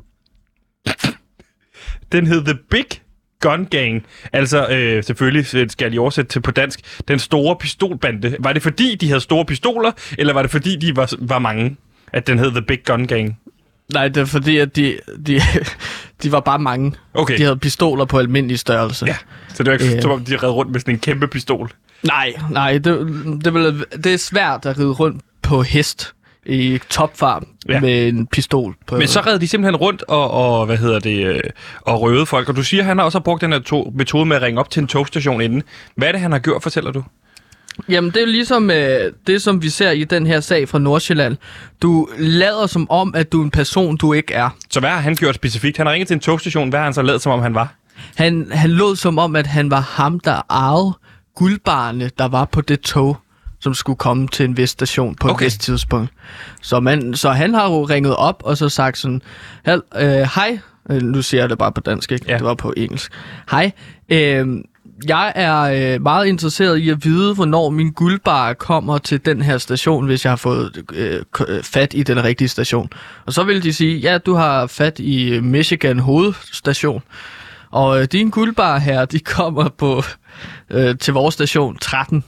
Den hed The Big Gun Gang. Altså, øh, selvfølgelig skal jeg lige oversætte til på dansk. Den store pistolbande. Var det fordi, de havde store pistoler, eller var det fordi, de var, var mange, at den hed The Big Gun Gang? Nej, det er fordi, at de, de, de var bare mange. Okay. De havde pistoler på almindelig størrelse. Ja, så det var ikke Øh. som om, de red rundt med sådan en kæmpe pistol. Nej, nej, det, det, vil, det er svært at ride rundt på hest i topfart Ja. ja. med en pistol på. Men så red de simpelthen rundt og, og hvad hedder det, øh, og røvede folk. Og du siger, at han har også brugt den her to- metode med at ringe op til en togstation inden. Hvad er det, han har gjort, fortæller du? Jamen, det er jo ligesom øh, det, som vi ser i den her sag fra Nordsjælland. Du lader som om, at du er en person, du ikke er. Så hvad har han gjort specifikt? Han har ringet til en togstation. Hvad har han så lavet, som om han var? Han, han lod som om, at han var ham, der ejede guldbarne, der var på det tog, som skulle komme til en vis station på Okay. et vist tidspunkt. Så, man, så han har jo ringet op og så sagt sådan, hej, øh, hej, øh, nu siger jeg det bare på dansk, ikke? Ja. Det var på engelsk. Hej, øh, jeg er øh, meget interesseret i at vide, hvornår min guldbar kommer til den her station, hvis jeg har fået øh, k- fat i den rigtige station. Og så vil de sige, ja, du har fat i Michigan hovedstation, og øh, dine guldbar her, de kommer på øh, til vores station tretten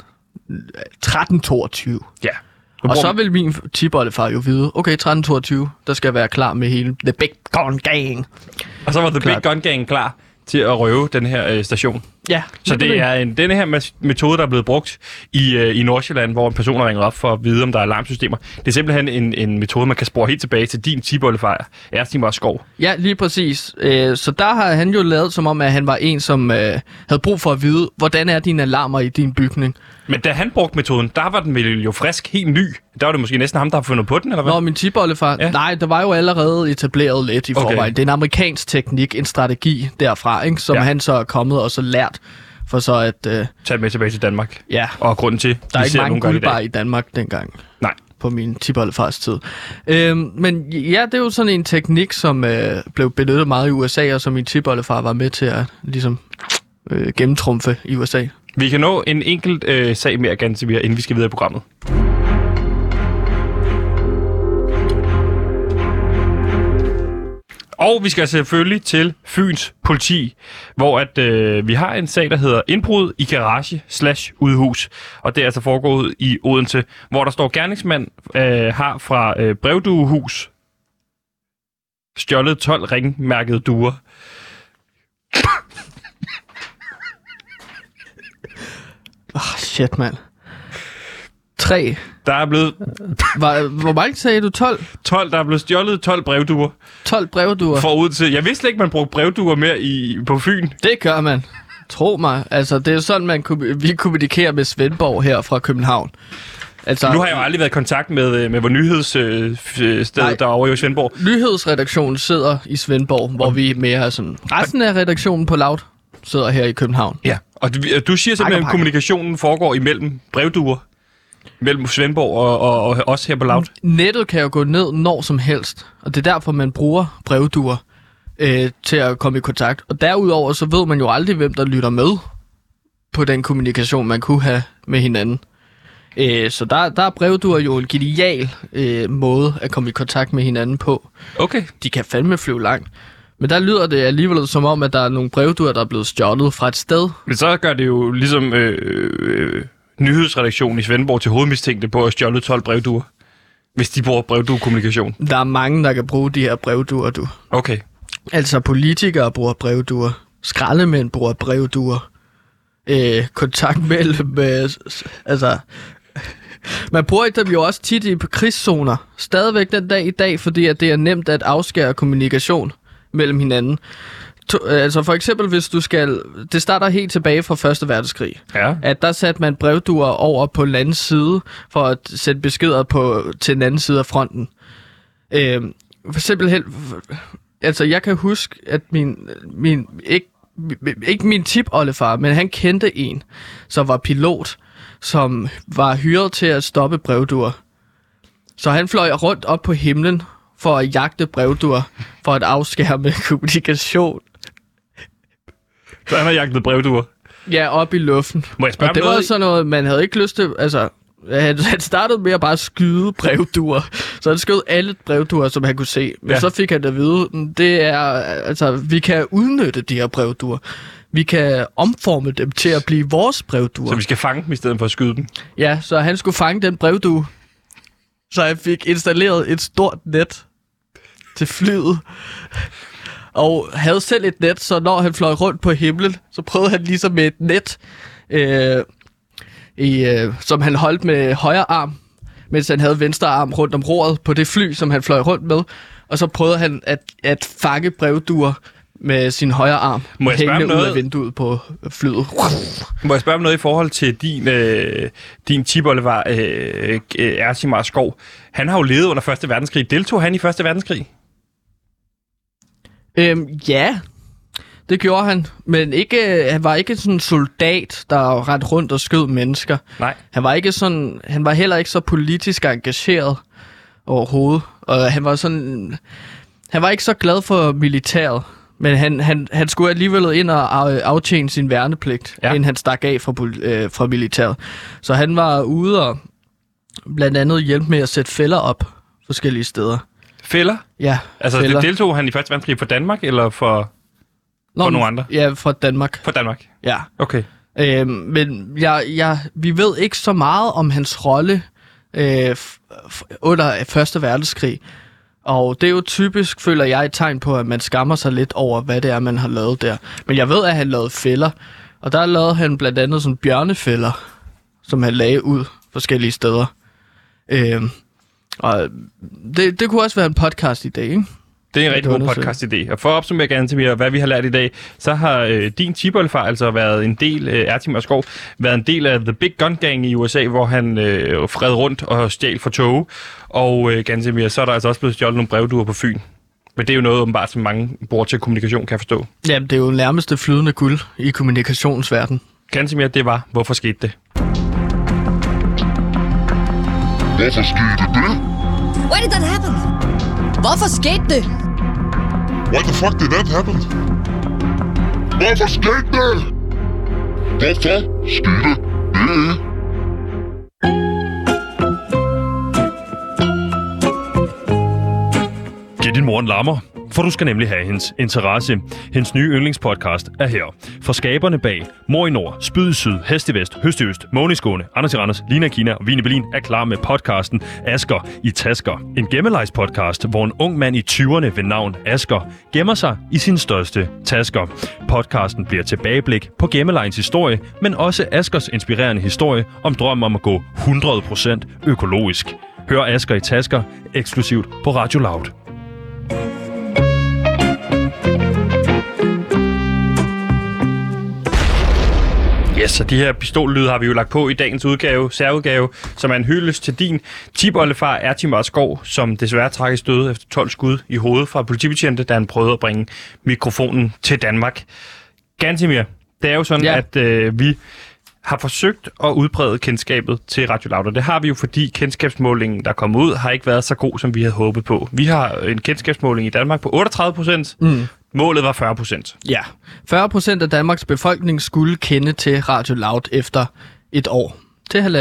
toogtyve. Ja. Og så vil min tipoldefar jo vide, okay, tretten toogtyve, der skal jeg være klar med hele The Big Gun Gang. Og så var The Klart. Big Gun Gang klar til at røve den her øh, station. Ja, Så det er en, denne her mas- metode, der er blevet brugt i, øh, i Nordsjælland, hvor en person har ringet op for at vide, om der er alarmsystemer. Det er simpelthen en, en metode, man kan spore helt tilbage til din tipoldefar, Erstimar Skov. Ja, lige præcis. Øh, Så der har han jo lavet som om, at han var en, som øh, havde brug for at vide, hvordan er dine alarmer i din bygning. Men da han brugte metoden, der var den vel jo frisk, helt ny. Der var det måske næsten ham, der har fundet på den, eller hvad? Nå, min tipoldefar, Ja. ja. nej, der var jo allerede etableret lidt i Okay. forvejen. Det er en amerikansk teknik, en strategi derfra, ikke, som Ja. ja. han så er kommet og så lært, for så at, øh, Tag med tilbage til Danmark. ja, Og grunden til, der er vi ikke ser mange nogle gange i guldbar dag. i Danmark dengang. Nej. På min tipoldefars tid. Øhm, men ja, det er jo sådan en teknik, som øh, blev benyttet meget i U S A, og som min tipoldefar var med til at ligesom øh, gennemtrumfe i U S A. Vi kan nå en enkelt øh, sag mere, Gansimir, inden vi skal videre i programmet. Og vi skal selvfølgelig til Fyns politi, hvor at, øh, vi har en sag, der hedder indbrud i garage slash udhus. Og det er altså foregået i Odense, hvor der står gerningsmand øh, har fra øh, brevduehus stjålet tolv ringmærkede duer. Åh, oh, shit, mand. Tre. Der er blevet Hvor, hvor mange sagde du? tolv? tolv, der er blevet stjålet tolv brevduer tolv brevduer. fra Odense. Jeg vidste ikke, man brugte brevduer mere i, på Fyn. Det gør man. Tro mig. Altså, det er jo sådan, man, vi kommunikerer med Svendborg her fra København. Altså, Nu har jeg jo aldrig været i kontakt med, øh, med vores nyhedssted Nej. øh, derovre i Svendborg. Nyhedsredaktionen sidder i Svendborg, hvor vi mere er sådan... Resten af redaktionen på Loud sidder her i København. Ja, og du, du siger simpelthen, at pakker. kommunikationen foregår imellem brevduer, mellem Svendborg og, og, og os her på Loud. Nettet kan jo gå ned når som helst, og det er derfor, man bruger brevduer øh, til at komme i kontakt. Og derudover, så ved man jo aldrig, hvem der lytter med på den kommunikation, man kunne have med hinanden. Øh, så der, der er brevduer jo en genial øh, måde at komme i kontakt med hinanden på. Okay. De kan fandme flyve langt. Men der lyder det alligevel som om, at der er nogle brevduer, der er blevet stjålet fra et sted. Men så gør det jo ligesom øh, øh, nyhedsredaktionen i Svendborg til hovedmistænkte på at stjåle tolv brevduer. Hvis de bruger brevduekommunikation. Der er mange, der kan bruge de her brevduer, du. Okay. Altså politikere bruger brevduer. Skraldemænd bruger brevduer. Øh, kontakt mellem... Øh, altså... Man bruger dem jo også tit i krigszoner. Stadigvæk den dag i dag, fordi at det er nemt at afskære kommunikation mellem hinanden. To, altså for eksempel, hvis du skal... Det starter helt tilbage fra første verdenskrig. Ja. At der satte man brevduer over på den anden side, for at sætte beskeder på, til den anden side af fronten. Øh, for simpelthen... Altså, jeg kan huske, at min... min ikke, ikke min tip-oldefar, men han kendte en, som var pilot, som var hyret til at stoppe brevduer. Så han fløj rundt op på himlen for at jagte brevduer, for at afskærme kommunikation. Så han har jagtet brevduer? Ja, op i luften. Må jeg spørge og det noget? var sådan noget, man havde ikke lyst til... Altså, han, han startede med at bare skyde brevduer. Så han skød alle brevduer, som han kunne se. Men Ja. så fik han at vide, det er... Altså, vi kan udnytte de her brevduer. Vi kan omforme dem til at blive vores brevduer. Så vi skal fange dem i stedet for at skyde dem? Ja, så han skulle fange den brevdue. Så han fik installeret et stort net til flyet. Og havde selv et net, så når han fløj rundt på himlen, så prøvede han ligesom med et net, øh, i, øh, som han holdt med højre arm, mens han havde venstre arm rundt om roret på det fly, som han fløj rundt med. Og så prøvede han at, at fange brevduer med sin højre arm, Må jeg spørge om hængende ud noget? af vinduet på flyet. Må jeg spørge om noget i forhold til din, øh, din tipoldefar, øh, Ertimar Skov? Han har jo levet under første verdenskrig. Deltog han i første verdenskrig? Øhm, ja, det gjorde han, men ikke, han var ikke sådan en soldat, der rendte rundt og skød mennesker. Nej. Han var ikke sådan, han var heller ikke så politisk engageret overhovedet, og han var sådan, han var ikke så glad for militæret, men han, han, han skulle alligevel ind og af- aftjene sin værnepligt, Ja. ja. inden han stak af fra, pol- øh, fra militæret. Så han var ude og blandt andet hjælpe med at sætte fælder op forskellige steder. Fælder? Ja, Altså, fælder. deltog han i første verdenskrig for Danmark, eller for, Nå, for nogle andre? Ja, fra Danmark. For Danmark? Ja. Okay. Øhm, men jeg, jeg, vi ved ikke så meget om hans rolle øh, f- f- under første verdenskrig. Og det er jo typisk, føler jeg, et tegn på, at man skammer sig lidt over, hvad det er, man har lavet der. Men jeg ved, at han lavede fælder. Og der lavede han blandt andet sådan bjørnefælder, som han lagde ud forskellige steder. Øhm, og det, det kunne også være en podcast i dag, ikke? Det er en Ja, rigtig det var god noget podcast-idé. Og for at opsummere gerne til mig, hvad vi har lært i dag, så har øh, din tipoldefar altså været en del, øh, Ertimar Skov, været en del af The Big Gun Gang i U S A, hvor han øh, fred rundt og stjal for tog. Og øh, ganske mere, så er der altså også blevet stjålet nogle brevduer på Fyn. Men det er jo noget åbenbart, som mange bruger til kommunikation, kan jeg forstå. Jamen, det er jo nærmest det flydende guld i kommunikationsverdenen. Ganske mere, det var, hvorfor skete det? Hvorfor skete det? Why did that happen? Hvorfor skete det? Why the fuck did that happen? Hvorfor skete det? Hvorfor skete det? Giv din mor en lammer, for du skal nemlig have hendes interesse. Hendes nye yndlingspodcast er her. For skaberne bag Mor i Nord, Spyd i Syd, Hest i Vest, Høst i Øst, Måne i Skåne, Anders i Randers, Lina i Kina og Vin i Berlin er klar med podcasten Asger i Tasker. En gemmelejspodcast, hvor en ung mand i tyverne ved navn Asger gemmer sig i sin største tasker. Podcasten bliver tilbageblik på gemmelejens historie, men også Asgers inspirerende historie om drømmen om at gå hundrede procent økologisk. Hør Asger i Tasker eksklusivt på Radio Loud. Yes, og de her pistollyde har vi jo lagt på i dagens udgave, særudgave, som er en hyldest til din tipoldefar Ertimar Skov, som desværre tragisk døde efter tolv skud i hovedet fra politibetjente, da han prøvede at bringe mikrofonen til Danmark. Gantimir, det er jo sådan, ja. Ja. at øh, vi har forsøgt at udbrede kendskabet til Radio Loud, og det har vi jo, fordi kendskabsmålingen, der kom ud, har ikke været så god, som vi havde håbet på. Vi har en kendskabsmåling i Danmark på otteogtredive procent. Mm. Målet var fyrre procent. Ja, fyrre procent af Danmarks befolkning skulle kende til Radio Loud efter et år til halvandet.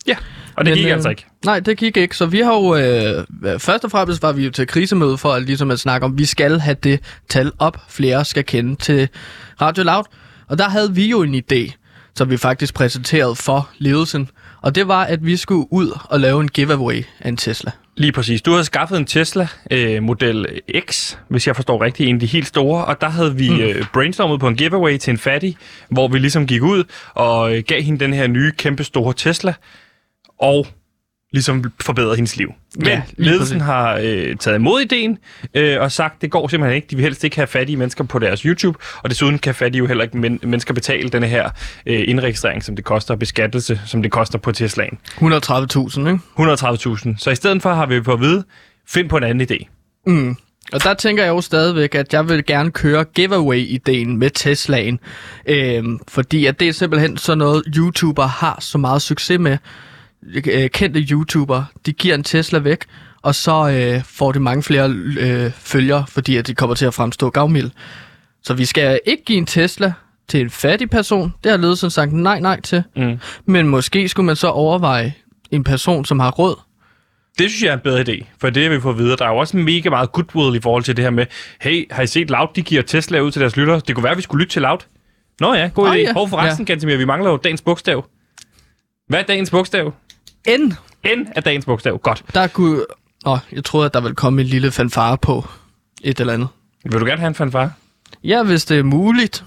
Ja, og det Men, gik øh, altså ikke. Nej, det gik ikke. Så vi har jo... Øh, først og fremmest var vi jo til krisemøde for at, ligesom at snakke om, vi skal have det tal op, flere skal kende til Radio Loud. Og der havde vi jo en idé, som vi faktisk præsenterede for ledelsen. Og det var, at vi skulle ud og lave en giveaway af en Tesla. Lige præcis. Du havde skaffet en Tesla øh, Model X, hvis jeg forstår rigtigt, en af de helt store, og der havde vi mm. øh, brainstormet på en giveaway til en fattig, hvor vi ligesom gik ud og øh, gav hende den her nye, kæmpe store Tesla, og ligesom forbedrede hendes liv. Men Ja, ledelsen har øh, taget imod ideen øh, og sagt, det går simpelthen ikke. De vil helst ikke have fattige mennesker på deres YouTube, og desuden kan fattige jo heller ikke men- mennesker betale denne her øh, indregistrering, som det koster, og beskattelse, som det koster på Teslaen. et hundrede og tredive tusind, ikke? et hundrede og tredive tusind. Så i stedet for har vi på at vide, find på en anden idé. Mm. Og der tænker jeg jo stadigvæk, at jeg vil gerne køre giveaway-ideen med Teslaen. Øhm, fordi at det er simpelthen sådan noget, YouTuber har så meget succes med. Øh, kendte YouTuber, de giver en Tesla væk, og så øh, får de mange flere øh, følgere, fordi at de kommer til at fremstå gavmilde. Så vi skal ikke give en Tesla til en fattig person. Det har ledelsen sagt nej, nej til. Mm. Men måske skulle man så overveje en person, som har råd. Det synes jeg er en bedre idé, for det har vi fået videre. Der er jo også mega meget goodwill i forhold til det her med, hey, har I set Loud, de giver Tesla ud til deres lyttere? Det kunne være, at vi skulle lytte til Loud. Nå ja, god Oh, idé. ja. Hov, forresten, ja. Gantemir, vi mangler jo dagens bogstav. Hvad er dagens bogstav? N. N er dagens bogstav. Godt. Der kunne... Åh, jeg troede, at der ville komme en lille fanfare på et eller andet. Vil du gerne have en fanfare? Ja, hvis det er muligt.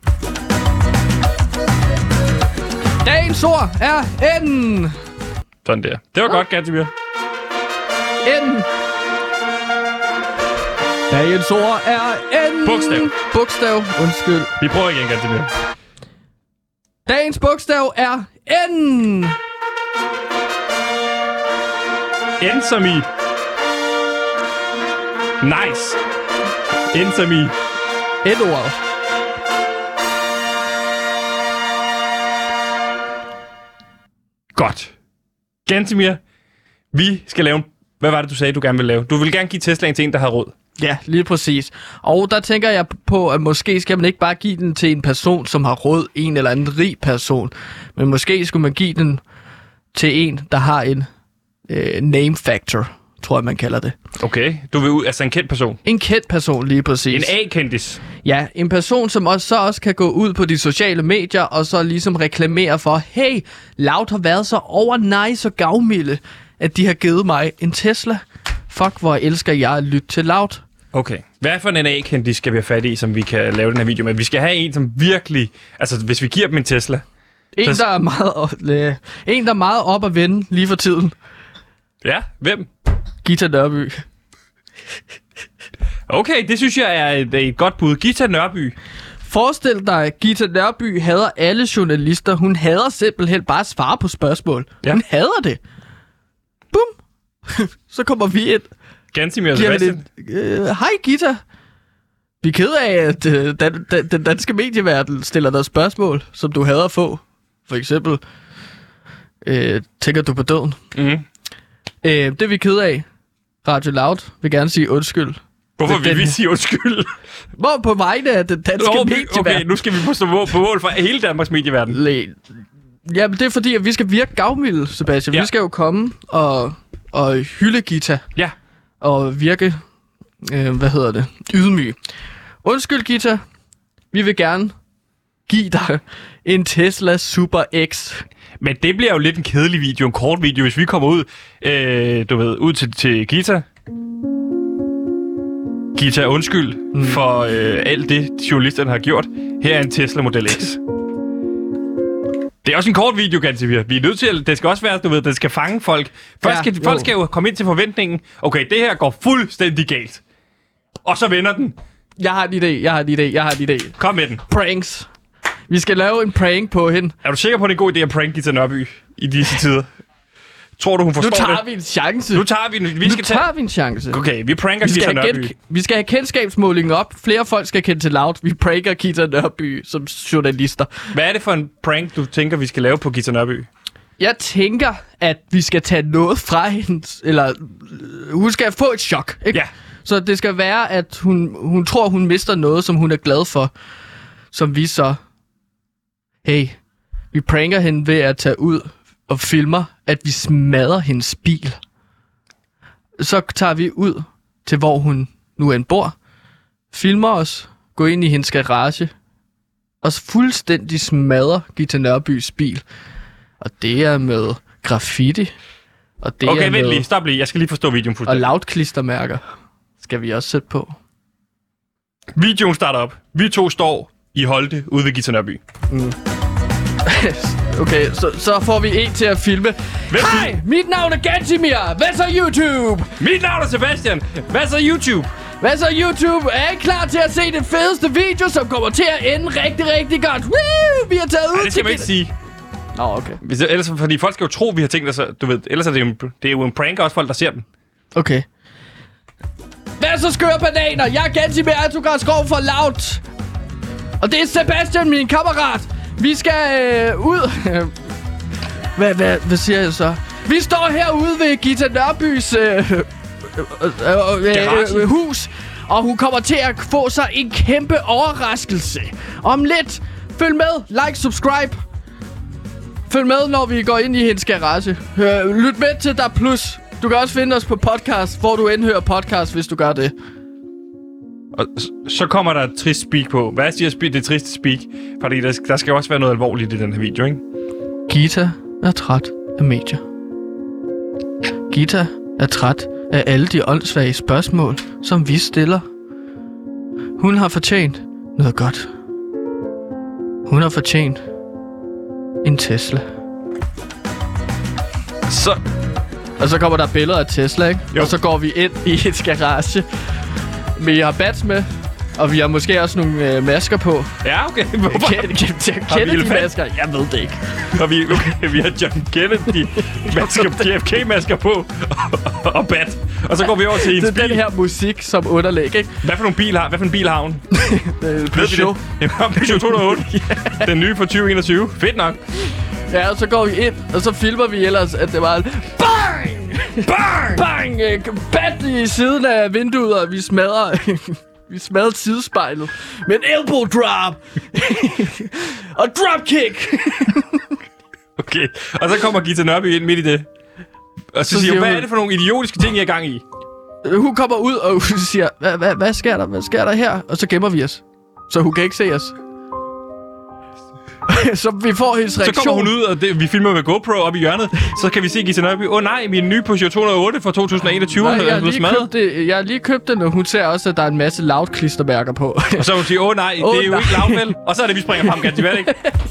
Dagens ord er N. Sådan der. Det var godt, Gantemir. N. Dagens ord er N. Bogstav. Bogstav. Undskyld. Vi prøver igen, Gantemir. Dagens bogstav er N. N som i. Nice. N som i. N-ordet. Godt. Gantemir, vi skal lave en... Hvad var det, du sagde, du gerne ville lave? Du vil gerne give Teslaen til en, der har råd. Ja, lige præcis. Og der tænker jeg på, at måske skal man ikke bare give den til en person, som har råd, en eller anden rig person. Men måske skulle man give den til en, der har en øh, name factor, tror jeg, man kalder det. Okay, du vil ud... Altså en kendt person. En kendt person, lige præcis. En A-kendis. Ja, en person, som også, så også kan gå ud på de sociale medier, og så ligesom reklamere for, hey, Loud har været så over nice og gavmilde, at de har givet mig en Tesla. Fuck, hvor elsker jeg at lytte til Loud. Okay. Hvad for en A-kendis skal vi have fat i, som vi kan lave den her video med? Vi skal have en, som virkelig... Altså, hvis vi giver dem en Tesla... En, så... der er meget, øh, en, der er meget op at vende lige for tiden. Ja, hvem? Gita Nørby. Okay, det synes jeg er et, et godt bud. Gita Nørby. Forestil dig, at Gita Nørby hader alle journalister. Hun hader simpelthen bare at svare på spørgsmål. Ja. Hun hader det. Bum. Så kommer vi ind. Gantemir og Giver Sebastian. lidt, øh, Hej Gita. Vi er ked af, at øh, den, den, den danske medieverden stiller dig spørgsmål, som du hader at få. For eksempel, øh, tænker du på døden? Mm. Øh, det er vi ked af. Radio Loud vil gerne sige undskyld. Hvorfor Den- vil vi sige undskyld? Hvor på vegne af den danske Nå, medieverden? okay, nu skal vi på stå mål, på mål for hele Danmarks medieverden. Le- Jamen, det er fordi, at vi skal virke gavmilde, Sebastian. Ja. Vi skal jo komme og, og hylde Gita. Ja. Og virke, øh, hvad hedder det, ydmyg. Undskyld, Gita. Vi vil gerne give dig en Tesla Super X. Men det bliver jo lidt en kedelig video, en kort video, hvis vi kommer ud, øh, du ved, ud til, til Gita. Gita, undskyld mm. for øh, alt det, journalisterne har gjort. Her er en Tesla Model X. Det er også en kort video, Gantemir. Vi er nødt til at... Det skal også være, du ved, det skal fange folk. Først Ja, skal, jo. folk skal jo komme ind til forventningen. Okay, det her går fuldstændig galt. Og så vender den. Jeg har en idé, jeg har en idé, jeg har en idé. Kom med den. Pranks. Vi skal lave en prank på hende. Er du sikker på, at det er en god idé at prank Gita Nørby i disse tider? Tror du, hun Nu forstår tager det? vi en chance. Nu tager vi den. Vi nu skal tage... tager vi en chance. Okay, vi pranker Vi Gita skal, have Nørby. gen- vi skal have kendskabsmålingen op. Flere folk skal kende til Loud. Vi pranker Gita Nørby som journalister. Hvad er det for en prank, du tænker, vi skal lave på Gita Nørby? Jeg tænker, at vi skal tage noget fra hende. Eller øh, hun skal få et chok. Ikke? Ja. Så det skal være, at hun, hun tror, hun mister noget, som hun er glad for. Som vi så... Hey, vi pranker hende ved at tage ud og filmer, at vi smadrer hendes bil. Så tager vi ud til, hvor hun nu end bor, filmer os, går ind i hendes garage, og fuldstændig smadrer Githa Nørbys bil. Og det er med graffiti. Og det okay, er vent med... lige. Stop lige. Jeg skal lige forstå videoen Og fuldstændig. loutklistermærker skal vi også sætte på. Videoen starter op. Vi to står i Holte ude ved Githa Nørby. Mm. Okay, så, så får vi en til at filme. Hej, mit navn er Gantimir. Hvad så YouTube? Mit navn er Sebastian. Hvad så YouTube? Hvad så YouTube? Er I klar til at se det fedeste video, som kommer til at ende rigtig, rigtig godt? Woo! Vi har taget ud Ej, det skal til... man ikke sige. Nå, oh, okay. Hvis, ellers, fordi folk skal jo tro, vi har tænkt os, du ved, ellers er det jo en, det er jo en prank også folk, der ser dem. Okay. Hvad så skøre bananer? Jeg er Gantimir Autografskov for Loud. Og det er Sebastian, min kammerat. Vi skal øh, ud... hvad, hvad, hvad siger jeg så? Vi står herude ved Githa Nørbys øh, øh, øh, øh, hus. Og hun kommer til at få sig en kæmpe overraskelse. Om lidt. Følg med. Like, subscribe. Følg med, når vi går ind i hendes garage. Øh, lyt med til Der Plus. Du kan også finde os på podcast, hvor du end hører podcast, hvis du gør det. Og så kommer der et trist speak på. Hvad siger speak, det triste speak? Fordi der, der skal jo også være noget alvorligt i den her video, ikke? Githa er træt af medier. Githa er træt af alle de åndssvage spørgsmål, som vi stiller. Hun har fortjent noget godt. Hun har fortjent en Tesla. Så... Og så kommer der billeder af Tesla, ikke? Jo. Og så går vi ind i et garage. Vi har bats med, og vi har måske også nogle øh, masker på. Ja, okay. Hvorfor? Kennedy-masker? Jeg ved det ikke. Og vi, okay, vi har John Kennedy-masker, J F K-masker på, og, og bat. Og så går vi over til en Det er bil. den her musik som underlæg, ikke? Hvad for nogle bil har, hvad for en bil har hun? Peugeot. Det er Peugeot to nul otte. yeah. Den nye fra tyve enogtyve. Fedt nok. Ja, og så går vi ind, og så filmer vi ellers, at det var en BANG! Bang! Bang! Bat i siden af vinduet, og vi smadrer... vi smadrer sidespejlet med en elbow drop! og dropkick! Okay, og så kommer Githa Nørby ind midt i det. Og så, så siger hun, hvad er det for nogle idiotiske ting, I er i gang i? Hun kommer ud, og hun siger, hvad, hvad, hvad sker der? Hvad sker der her? Og så gemmer vi os. Så hun kan ikke se os. Så vi får hendes reaktion. Så kommer hun ud, og det, vi filmer med GoPro op i hjørnet. Så kan vi se Githa Nørby. Åh oh, nej, min nye Peugeot to nul otte fra to tusind enogtyve. Nej, jeg, har lige købt det, jeg har lige købt den, og hun ser også, at der er en masse Loud-klistermærker på. Og så hun siger, åh oh, nej, oh, det er jo nej. ikke Loud, vel? Og så er det, vi springer frem, Gantimir, ikke?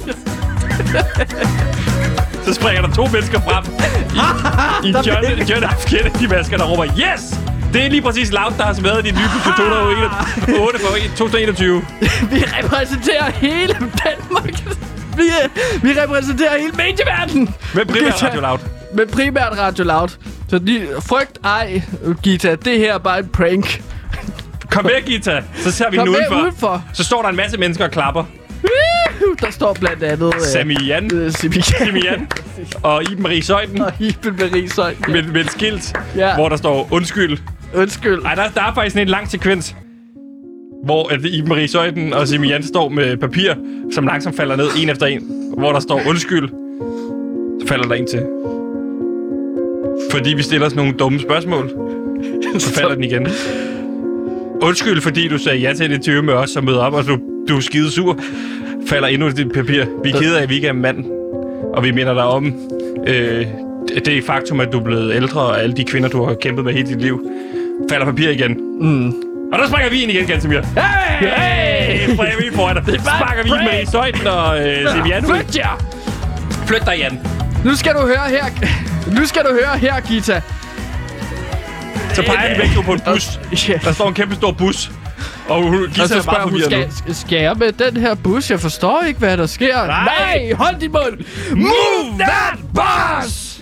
Så springer der to mennesker frem i, i John, John F. Kennedy-masker, der råber, yes! Det er lige præcis Loud, der har smadret din nye Peugeot to nul otte fra to tusind enogtyve. Vi repræsenterer hele Danmark. Vi, vi repræsenterer hele medieverdenen. Med primært Radio Loud. Med primært Radio Loud. Så de, frygt ej, Githa. Det her er bare en prank. Kom med, Githa. Så ser vi Kom den med udenfor. udenfor. Så står der en masse mennesker og klapper. Der står blandt andet... Sami Jan. Øh, Sami Sami Jan. Og Iben Marie Zeuthen. Og Iben Marie Zeuthen. Med, med et skilt, Ja. hvor der står undskyld. Undskyld. Ej, der, der er faktisk en lang sekvens, hvor at Iben Marie Zeuthen og Sami Jan står med papir, som langsomt falder ned en efter en, hvor der står undskyld. Så falder der en til. Fordi vi stiller sådan nogle dumme spørgsmål, så falder den igen. Undskyld, fordi du sagde ja til et interview med os, og møder op, og du, du er skide sur. Falder endnu dit papir. Vi er kede af, at vi ikke er mand. Og vi minder dig om øh, det faktum, at du er blevet ældre, og alle de kvinder, du har kæmpet med hele dit liv. Falder papir igen. Mm. Og der springer vi ind igen, Gantimir. Hey! Hey! Springer vi foran dig. Sparker vi med Zeuthen og øh, Sami Jan. Flyt jer! Flyt dig, Jan. Nu skal du høre her. Nu skal du høre her, Githa. Så peger de begge på en bus. Ja. Der står en kæmpe stor bus. Og Githa Og så er spørger bare hun, forvirret skal, nu. skal jeg med den her bus? Jeg forstår ikke, hvad der sker. Nej. Nej, hold din mund. Move that bus!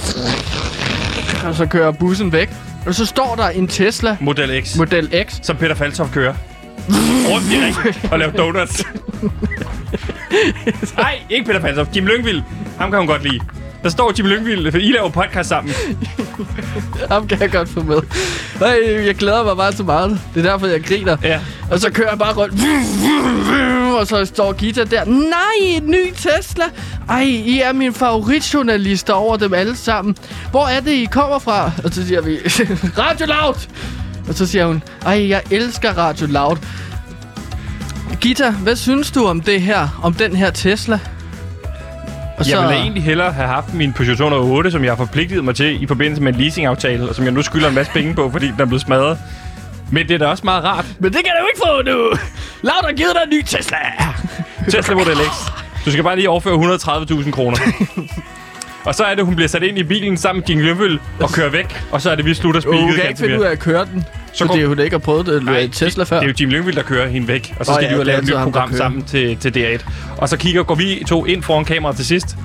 Og så kører bussen væk. Og så står der en Tesla Model X. Model X. Som Peter Falktoft kører. Rundt i ring og laver donuts. Nej, ikke Peter Falktoft. Kim Lyngvild. Ham kan hun godt lide. Der står Jimmy Lyngvild, for I laver podcast sammen. Ham kan jeg godt få med. Ej, jeg glæder mig bare så meget. Det er derfor, jeg griner. Ja. Og så kører jeg bare rundt. Og så står Gita der. Nej, en ny Tesla. Ej, I er min favoritjournalister over dem alle sammen. Hvor er det, I kommer fra? Og så siger vi, Radio Loud. Og så siger hun, ej, jeg elsker Radio Loud. Gita, hvad synes du om det her? Om den her Tesla? Og Jeg så... ville egentlig hellere have haft min Peugeot to nul otte, som jeg har forpligtet mig til i forbindelse med en leasingaftale, og som jeg nu skylder en masse penge på, fordi den er blevet smadret. Men det er da også meget rart. Men det kan du ikke få nu. Loud har givet dig en ny Tesla. Tesla Model X. Du skal bare lige overføre et hundrede og tredive tusind kroner. Og så er det, hun bliver sat ind i bilen sammen med Jimmy Lyngvild og kører væk. Og så er det, vi slutter speaket. Hun kan ikke finde ud af at køre den. Så fordi hun ikke har prøvet det, Nej, Tesla før. Det er jo Jimmy Lyngvild, der kører hende væk. Og så skal oh, ja, de jo lave et nyt program sammen til, til D R et. Og så kigger, går vi to ind foran kameraet til sidst.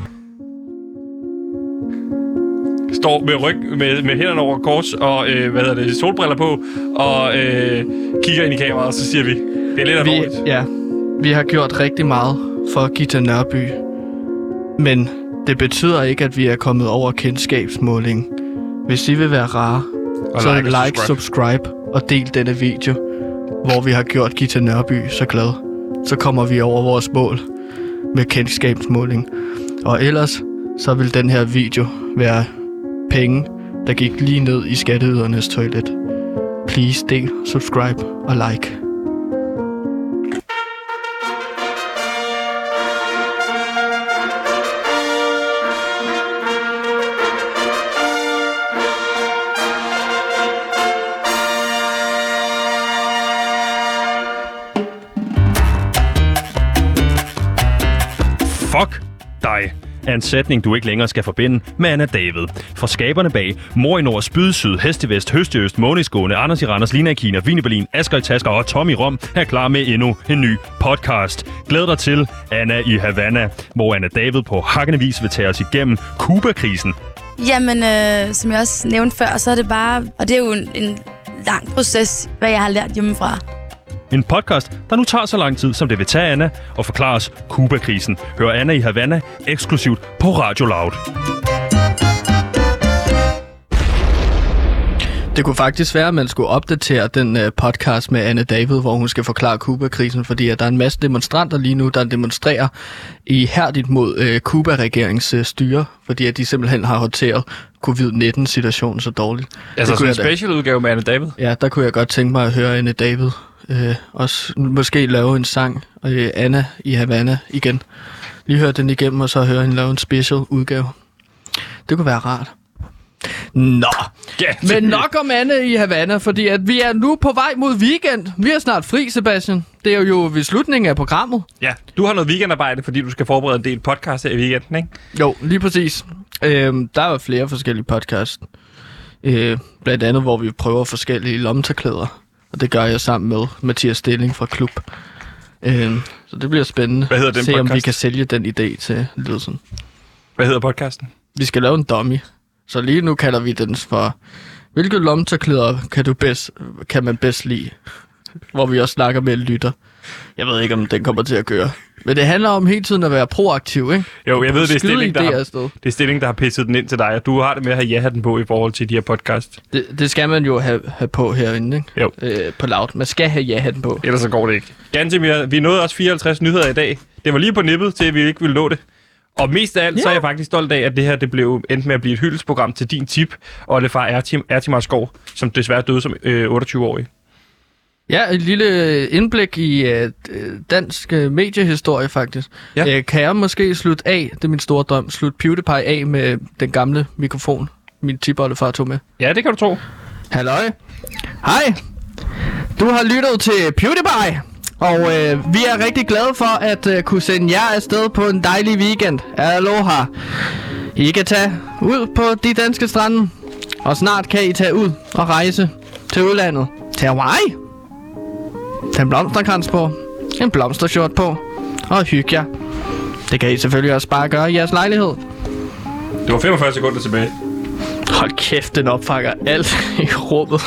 Står med ryg, med, med hænderne over kors og øh, hvad hedder det, solbriller på. Og øh, kigger ind i kameraet, og så siger vi, det er lidt alvorligt. Ja, vi har gjort rigtig meget for Gita Nørby. Men det betyder ikke, at vi er kommet over kendskabsmåling. Hvis I vil være rare, og så like, like subscribe. subscribe og del denne video, hvor vi har gjort Gita Nørby så glad. Så kommer vi over vores mål med kendskabsmåling. Og ellers, så vil den her video være penge, der gik lige ned i skatteydernes toilet. Please del, subscribe og like. Fuck dig er en sætning, du ikke længere skal forbinde med Anna David. For skaberne bag Mor i Nord, Spyd i Syd, Hest i Vest, Høst i Øst, Måne i Skåne, Anders i Randers, Lina i Kina, Vin i Berlin, Asger i Tasker og Tom i Rom er klar med endnu en ny podcast. Glæd dig til Anna i Havana, hvor Anna David på hakkende vis vil tage os igennem Cuba-krisen. Jamen, øh, som jeg også nævnte før, så er det bare... Og det er jo en, en lang proces, hvad jeg har lært hjemmefra. En podcast, der nu tager så lang tid, som det vil tage Anna og forklare os Cuba-krisen. Hør Anna i Havana eksklusivt på Radio Loud. Det kunne faktisk være, at man skulle opdatere den uh, podcast med Anna David, hvor hun skal forklare Cuba-krisen, fordi at der er en masse demonstranter lige nu, der demonstrerer ihærdigt mod uh, Cuba-regeringens uh, styre, fordi at de simpelthen har håndteret covid nitten-situationen så dårligt. Altså sådan en special udgave med Anna David? Ja, der kunne jeg godt tænke mig at høre Anna David. Uh, også måske lave en sang, uh, Anna i Havana igen. Lige høre den igennem, og så høre hende lave en special udgave. Det kunne være rart. Nå, yeah. Men nok om Anne i Havana, fordi at vi er nu på vej mod weekend. Vi er snart fri, Sebastian. Det er jo ved slutningen af programmet. Ja, du har noget weekendarbejde, fordi du skal forberede en del podcast her i weekenden, ikke? Jo, lige præcis. Øhm, der er jo flere forskellige podcasts. Øh, blandt andet, hvor vi prøver forskellige lommetørklæder. Og det gør jeg sammen med Mathias Stilling fra Klub. Øh, så det bliver spændende. Hvad hedder den Se, podcast? om vi kan sælge den idé til Lidsen. Hvad hedder podcasten? Vi skal lave en dummy. Så lige nu kalder vi den for, hvilke lommetørklæder kan, du bedst, kan man bedst lide? Hvor vi også snakker med en lytter. Jeg ved ikke, om den kommer til at gøre. Men det handler om hele tiden at være proaktiv, ikke? Jo, jeg ved, det er, Stilling, der har, det er Stilling, der har pisset den ind til dig, og du har det med at have ja-hatten på i forhold til de her podcast. Det, det skal man jo have, have på herinde, ikke? Jo. Øh, på Loud. Man skal have ja-hatten på. Ellers så går det ikke. Gantemir, vi nåede også fireoghalvtreds nyheder i dag. Det var lige på nippet til, at vi ikke ville nå det. Og mest af alt, yeah. så er jeg faktisk stolt af, at det her det blev endt med at blive et hyldesprogram til din tip, og det far Ertim, Ertimar Skov, som desværre døde som øh, otteogtyve-årig. Ja, et lille indblik i uh, dansk uh, mediehistorie, faktisk. Ja. Uh, kan jeg måske slutte af, det er min store drøm, slutte PewDiePie af med den gamle mikrofon, min tipoldefar tog med? Ja, det kan du tro. Halløj. Hej. Du har lyttet til PewDiePie. Og øh, vi er rigtig glade for at øh, kunne sende jer afsted på en dejlig weekend. Aloha. I kan tage ud på de danske strande. Og snart kan I tage ud og rejse til udlandet. Til Hawaii. Tag en blomsterkrans på. En blomstershort på. Og hygge jer. Det kan I selvfølgelig også bare gøre i jeres lejlighed. Det var femogfyrre sekunder tilbage. Hold kæft, den opfanger alt i rummet.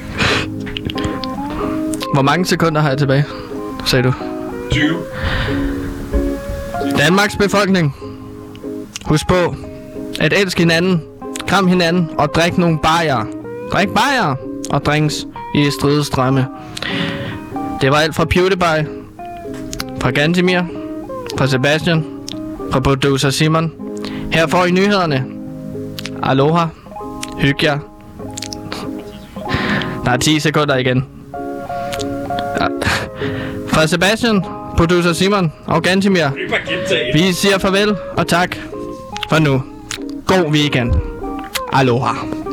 Hvor mange sekunder har jeg tilbage? Sagde du? tyve. Danmarks befolkning. Husk på, at elske hinanden, kram hinanden og drik nogle bajer. Drik bajer og drinks i stridestrømme. Det var alt fra PewDiePie, fra Gantimir, fra Sebastian, fra producer Simon. Her får I nyhederne. Aloha. Hyg jer. Der er ti sekunder igen. Ja. Fra Sebastian, producer Simon og Gantimir. Vi siger farvel og tak for nu. God weekend. Aloha.